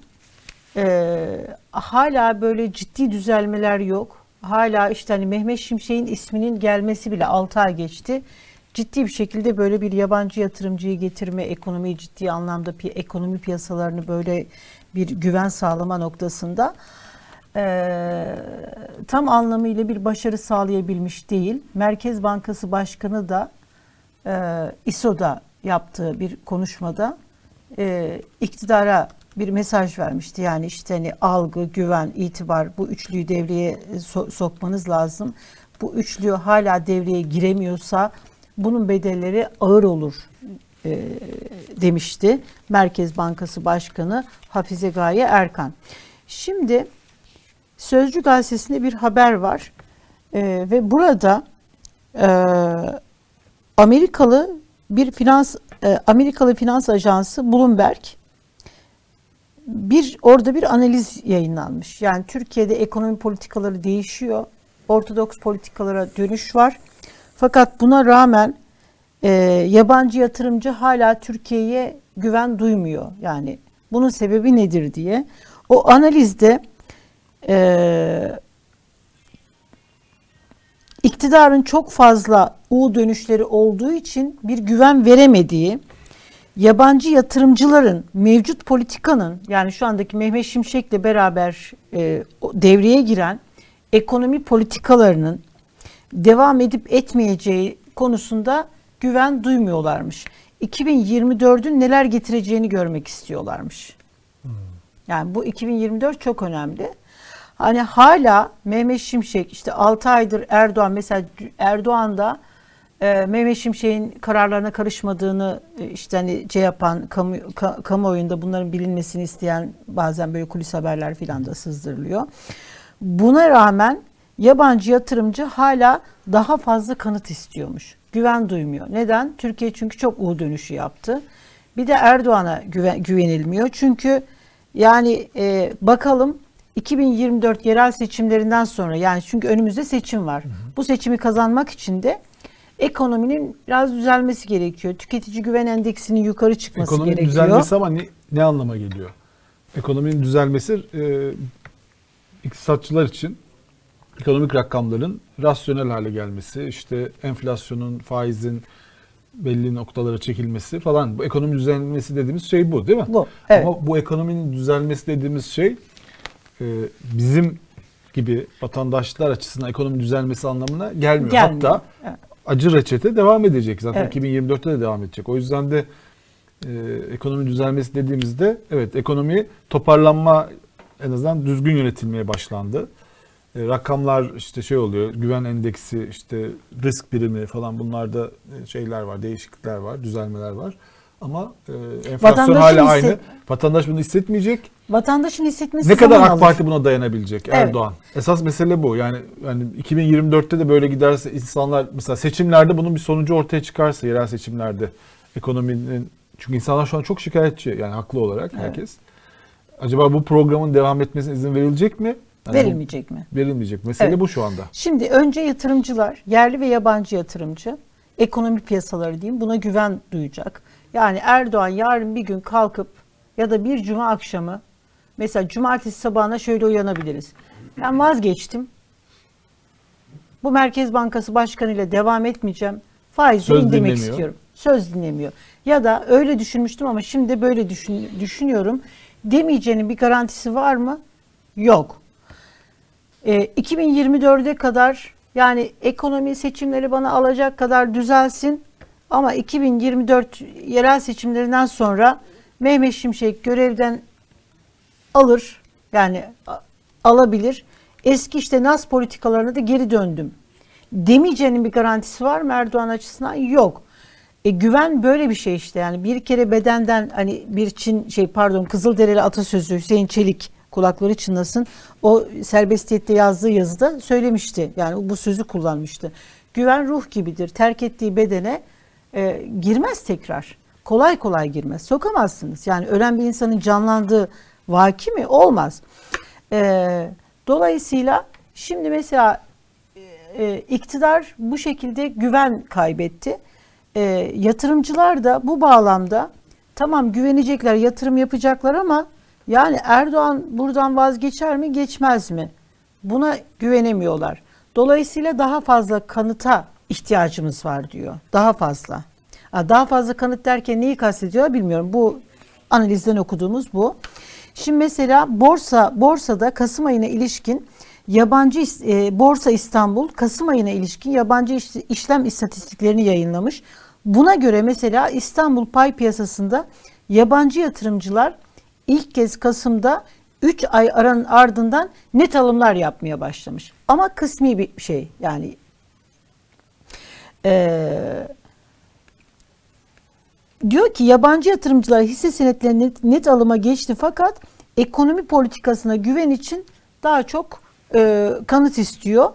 hala böyle ciddi düzelmeler yok. Hala işte hani Mehmet Şimşek'in isminin gelmesi bile 6 ay geçti. Ciddi bir şekilde böyle bir yabancı yatırımcıyı getirme, ekonomiyi ciddi anlamda ekonomi piyasalarını böyle bir güven sağlama noktasında tam anlamıyla bir başarı sağlayabilmiş değil. Merkez Bankası Başkanı da İSO'da yaptığı bir konuşmada iktidara bir mesaj vermişti. Yani işte hani algı, güven, itibar, bu üçlüyü devreye sokmanız lazım. Bu üçlü hala devreye giremiyorsa bunun bedelleri ağır olur demişti Merkez Bankası Başkanı Hafize Gaye Erkan. Şimdi Sözcü gazetesinde bir haber var ve burada Amerikalı finans ajansı Bloomberg orada bir analiz yayınlanmış. Yani Türkiye'de ekonomi politikaları değişiyor, ortodoks politikalara dönüş var. Fakat buna rağmen yabancı yatırımcı hala Türkiye'ye güven duymuyor. Yani bunun sebebi nedir diye. O analizde iktidarın çok fazla U dönüşleri olduğu için bir güven veremediği, yabancı yatırımcıların mevcut politikanın, yani şu andaki Mehmet Şimşek'le beraber devreye giren ekonomi politikalarının devam edip etmeyeceği konusunda güven duymuyorlarmış. 2024'ün neler getireceğini görmek istiyorlarmış. Yani bu 2024 çok önemli. Hani hala Mehmet Şimşek, işte 6 aydır Erdoğan, mesela Erdoğan da Mehmet Şimşek'in kararlarına karışmadığını işte hani şey yapan, kamuoyunda bunların bilinmesini isteyen bazen böyle kulis haberler filan da sızdırılıyor. Buna rağmen yabancı yatırımcı hala daha fazla kanıt istiyormuş. Güven duymuyor. Neden? Türkiye çünkü çok U dönüşü yaptı. Bir de Erdoğan'a güvenilmiyor. Çünkü yani bakalım 2024 yerel seçimlerinden sonra, yani çünkü önümüzde seçim var. Bu seçimi kazanmak için de ekonominin biraz düzelmesi gerekiyor. Tüketici güven endeksinin yukarı çıkması Ekonominin gerekiyor. düzelmesi ama ne anlama geliyor? Ekonominin düzelmesi iktisatçılar için ekonomik rakamların rasyonel hale gelmesi, işte enflasyonun, faizin belli noktalara çekilmesi falan. Bu ekonomi düzelmesi dediğimiz şey bu, değil mi? Bu, evet. Ama bu ekonominin düzelmesi dediğimiz şey bizim gibi vatandaşlar açısından ekonomi düzelmesi anlamına gelmiyor. Gelmiyor. Hatta Evet. acı reçete devam edecek. Zaten Evet. 2024'te de devam edecek. O yüzden de ekonomi düzelmesi dediğimizde evet ekonomi toparlanma en azından düzgün yönetilmeye başlandı. Rakamlar işte şey oluyor, güven endeksi, işte risk birimi falan bunlarda şeyler var, değişiklikler var, düzelmeler var. Ama enflasyon Vatandaşın hala aynı. Vatandaş bunu hissetmeyecek. Vatandaşın hissetmesi Ne kadar zaman AK alır. Parti buna dayanabilecek? Evet. Erdoğan. Esas mesele bu. Yani 2024'te de böyle giderse insanlar mesela seçimlerde bunun bir sonucu ortaya çıkarsa yerel seçimlerde ekonominin çünkü insanlar şu an çok şikayetçi yani haklı olarak herkes. Acaba bu programın devam etmesine izin verilecek mi? Yani Verilmeyecek mi? Verilmeyecek. Mesele Evet. bu şu anda. Şimdi önce yatırımcılar, yerli ve yabancı yatırımcı, ekonomi piyasaları diyeyim buna güven duyacak. Yani Erdoğan yarın bir gün kalkıp ya da bir cuma akşamı mesela cumartesi sabahına şöyle uyanabiliriz. Ben vazgeçtim. Bu Merkez Bankası Başkanı ile devam etmeyeceğim. Faizleri Söz indirmek dinlemiyor. istiyorum. Söz dinlemiyor. Ya da öyle düşünmüştüm ama şimdi böyle düşünüyorum. Demeyeceğinin bir garantisi var mı? Yok. 2024'e kadar yani ekonomi seçimleri bana alacak kadar düzelsin ama 2024 yerel seçimlerinden sonra Mehmet Şimşek görevden alır yani alabilir. Eski işte nas politikalarına da geri döndüm. Demeyeceğinin bir garantisi var mı Erdoğan açısından? Yok. Güven böyle bir şey işte yani bir kere bedenden hani bir Kızılderili atasözü Hüseyin Çelik kulakları çınlasın. O serbestiyette yazdığı yazıda söylemişti. Yani bu sözü kullanmıştı. Güven ruh gibidir. Terk ettiği bedene girmez tekrar. Kolay kolay girmez. Sokamazsınız. Yani ölen bir insanın canlandığı vaki mi? Olmaz. Dolayısıyla şimdi mesela iktidar bu şekilde güven kaybetti. Yatırımcılar da bu bağlamda tamam güvenecekler, yatırım yapacaklar ama yani Erdoğan buradan vazgeçer mi, geçmez mi? Buna güvenemiyorlar. Dolayısıyla daha fazla kanıta ihtiyacımız var diyor. Daha fazla. Daha fazla kanıt derken neyi kastediyor bilmiyorum. Bu analizden okuduğumuz bu. Şimdi mesela borsada Kasım ayına ilişkin Borsa İstanbul Kasım ayına ilişkin yabancı işlem istatistiklerini yayınlamış. Buna göre mesela İstanbul pay piyasasında yabancı yatırımcılar ilk kez Kasım'da 3 ay aranın ardından net alımlar yapmaya başlamış. Ama kısmi bir şey yani diyor ki yabancı yatırımcılar hisse senetlerinin net alıma geçti fakat ekonomi politikasına güven için daha çok kanıt istiyor.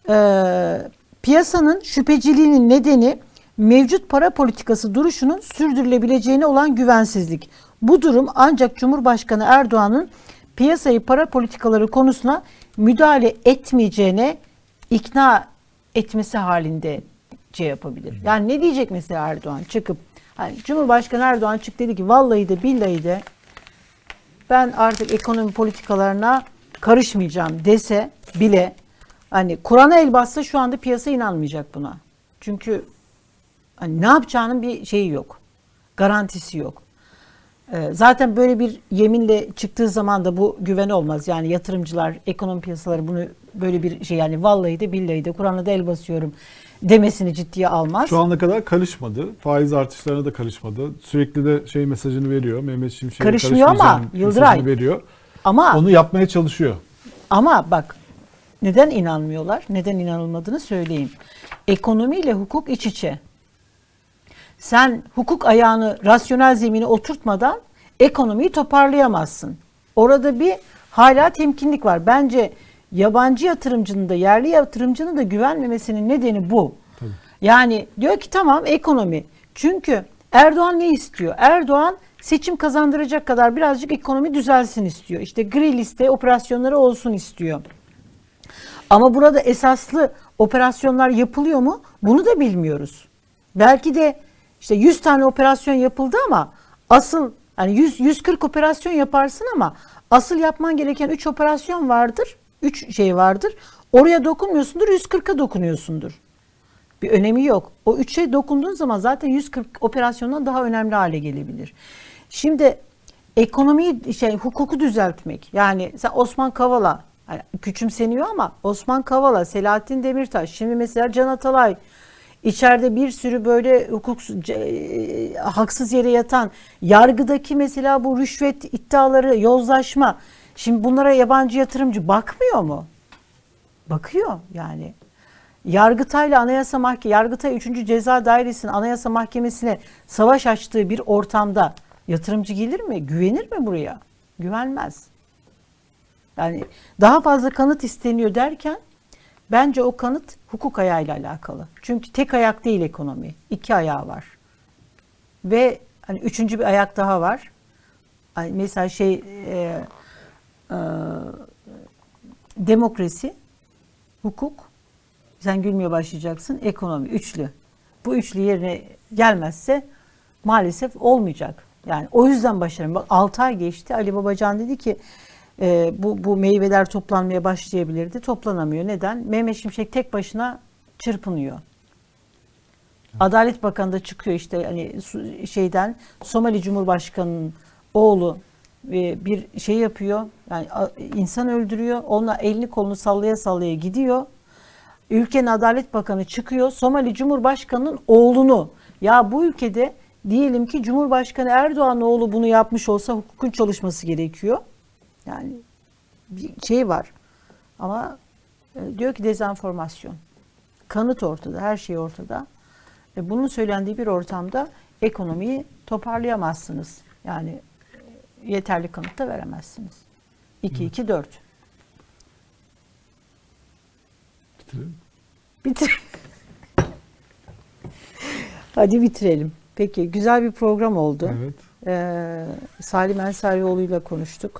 Piyasanın şüpheciliğinin nedeni mevcut para politikası duruşunun sürdürülebileceğine olan güvensizlik. Bu durum ancak Cumhurbaşkanı Erdoğan'ın piyasayı para politikaları konusuna müdahale etmeyeceğine ikna etmesi halinde yapabilir. Yani ne diyecek mesela Erdoğan çıkıp hani Cumhurbaşkanı Erdoğan çıktı dedi ki vallahi de billahi de ben artık ekonomi politikalarına karışmayacağım dese bile hani Kur'an'a el bassa şu anda piyasa inanmayacak buna. Çünkü hani ne yapacağının bir şeyi yok. Garantisi yok. Zaten böyle bir yeminle çıktığı zaman da bu güven olmaz. Yani yatırımcılar, ekonomi piyasaları bunu böyle bir şey yani vallahi de billahi de Kur'an'a da el basıyorum demesini ciddiye almaz. Şu ana kadar karışmadı. Faiz artışlarına da karışmadı. Sürekli de mesajını veriyor. Mehmet Şimşek'e Karışmıyor ama Yıldıray. veriyor. Ama onu yapmaya çalışıyor. Ama bak neden inanmıyorlar? Neden inanılmadığını söyleyeyim. Ekonomiyle hukuk iç içe. Sen hukuk ayağını rasyonel zemine oturtmadan ekonomiyi toparlayamazsın. Orada bir hala temkinlik var. Bence yabancı yatırımcının da yerli yatırımcının da güvenmemesinin nedeni bu. Tabii. Yani diyor ki tamam ekonomi. Çünkü Erdoğan ne istiyor? Erdoğan seçim kazandıracak kadar birazcık ekonomi düzelsin istiyor. İşte gri liste operasyonları olsun istiyor. Ama burada esaslı operasyonlar yapılıyor mu? Bunu da bilmiyoruz. Belki de işte 100 tane operasyon yapıldı ama asıl hani 140 operasyon yaparsın ama asıl yapman gereken 3 operasyon vardır. 3 şey vardır. Oraya dokunmuyorsundur, 140'a dokunuyorsundur. Bir önemi yok. O 3'e dokunduğun zaman zaten 140 operasyondan daha önemli hale gelebilir. Şimdi ekonomiyi hukuku düzeltmek. Yani sen Osman Kavala yani küçümseniyor ama Osman Kavala, Selahattin Demirtaş, şimdi mesela Can Atalay, İçeride bir sürü böyle haksız yere yatan, yargıdaki mesela bu rüşvet iddiaları, yozlaşma. Şimdi bunlara yabancı yatırımcı bakmıyor mu? Bakıyor yani. Yargıtay'la Anayasa Mahkemesi, Yargıtay 3. Ceza Dairesi'nin Anayasa Mahkemesi'ne savaş açtığı bir ortamda yatırımcı gelir mi? Güvenir mi buraya? Güvenmez. Yani daha fazla kanıt isteniyor derken bence o kanıt hukuk ayağıyla alakalı. Çünkü tek ayak değil ekonomi. 2 ayağı var. Ve hani 3. bir ayak daha var. Hani mesela demokrasi, hukuk, sen gülmeye başlayacaksın, ekonomi, üçlü. Bu üçlü yerine gelmezse maalesef olmayacak. Yani o yüzden başarım. Bak 6 ay geçti. Ali Babacan dedi ki bu meyveler toplanmaya başlayabilirdi. Toplanamıyor. Neden? Mehmet Şimşek tek başına çırpınıyor. Adalet Bakanı da çıkıyor işte hani Somali Cumhurbaşkanı'nın oğlu bir şey yapıyor. Yani insan öldürüyor. Onunla elini kolunu sallaya sallaya gidiyor. Ülkenin Adalet Bakanı çıkıyor. Somali Cumhurbaşkanı'nın oğlunu. Ya bu ülkede diyelim ki Cumhurbaşkanı Erdoğan'ın oğlu bunu yapmış olsa hukukun çalışması gerekiyor. Yani bir şey var. Ama diyor ki dezenformasyon. Kanıt ortada, her şey ortada. Bunun söylendiği bir ortamda ekonomiyi toparlayamazsınız. Yani yeterli kanıt da veremezsiniz. 2-2-4. Bitirelim. Hadi bitirelim. Peki, güzel bir program oldu. Evet. Salim Ensarioğlu'yla konuştuk.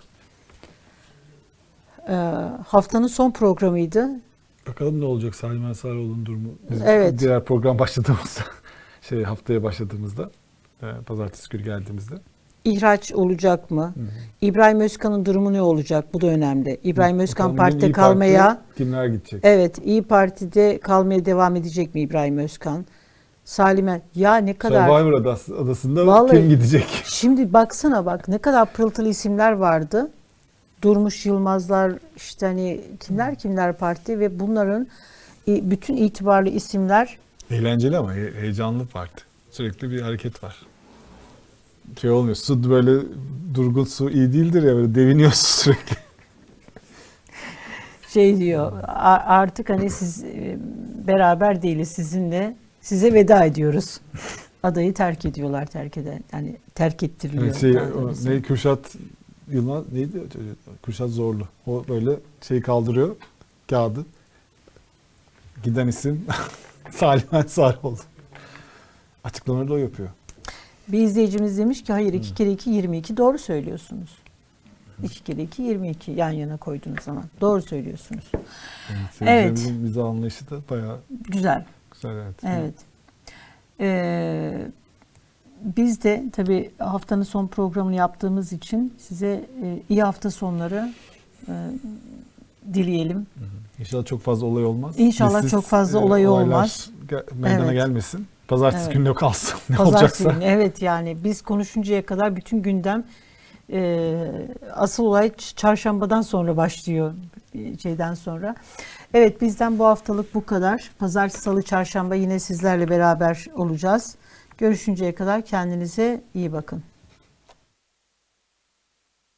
Haftanın son programıydı. Bakalım ne olacak Salim Ensarioğlu'nun durumu. Biz Evet. diğer program başladığımızda, haftaya başladığımızda, pazartesi günü geldiğimizde. İhraç olacak mı? Hı hı. İbrahim Özkan'ın durumu ne olacak? Bu da önemli. İbrahim Özkan Bakalım partide İYİ kalmaya... Parti'ye kimler gidecek? Evet, İYİ Parti'de kalmaya devam edecek mi İbrahim Özkan? Salim'e ya ne kadar... Survivor adasında Vallahi, kim gidecek? Şimdi baksana bak ne kadar pırıltılı isimler vardı. Durmuş Yılmazlar, işte hani kimler parti ve bunların bütün itibarlı isimler. Eğlenceli ama heyecanlı parti. Sürekli bir hareket var. Şey olmuyor. Su böyle durgun su iyi değildir ya, böyle deviniyorsun sürekli. Şey diyor artık hani siz beraber değiliz sizinle, size veda ediyoruz. Adayı terk ediyorlar, yani terk ettiriliyor. Yani Kürşat Yılmaz neydi? Kürşat Zorlu. O böyle kaldırıyor kağıdı. Giden isim Salim Ensarioğlu. Açıklamaları da o yapıyor. Bir izleyicimiz demiş ki hayır 2 kere 2 22 doğru söylüyorsunuz. 2 kere 2 22 yan yana koyduğunuz zaman doğru söylüyorsunuz. Evet. Bize anlayışı da bayağı güzel. Evet. Biz de tabii haftanın son programını yaptığımız için size iyi hafta sonları dileyelim. İnşallah çok fazla olay olmaz. İnşallah çok fazla olay olmaz. Meydana gelmesin. Pazartesi günü kalsın. Ne Pazartesi olacaksa. günü, evet yani biz konuşuncaya kadar bütün gündem asıl olay çarşambadan sonra başlıyor şeyden sonra. Evet, bizden bu haftalık bu kadar. Pazartesi, salı, çarşamba yine sizlerle beraber olacağız. Görüşünceye kadar kendinize iyi bakın.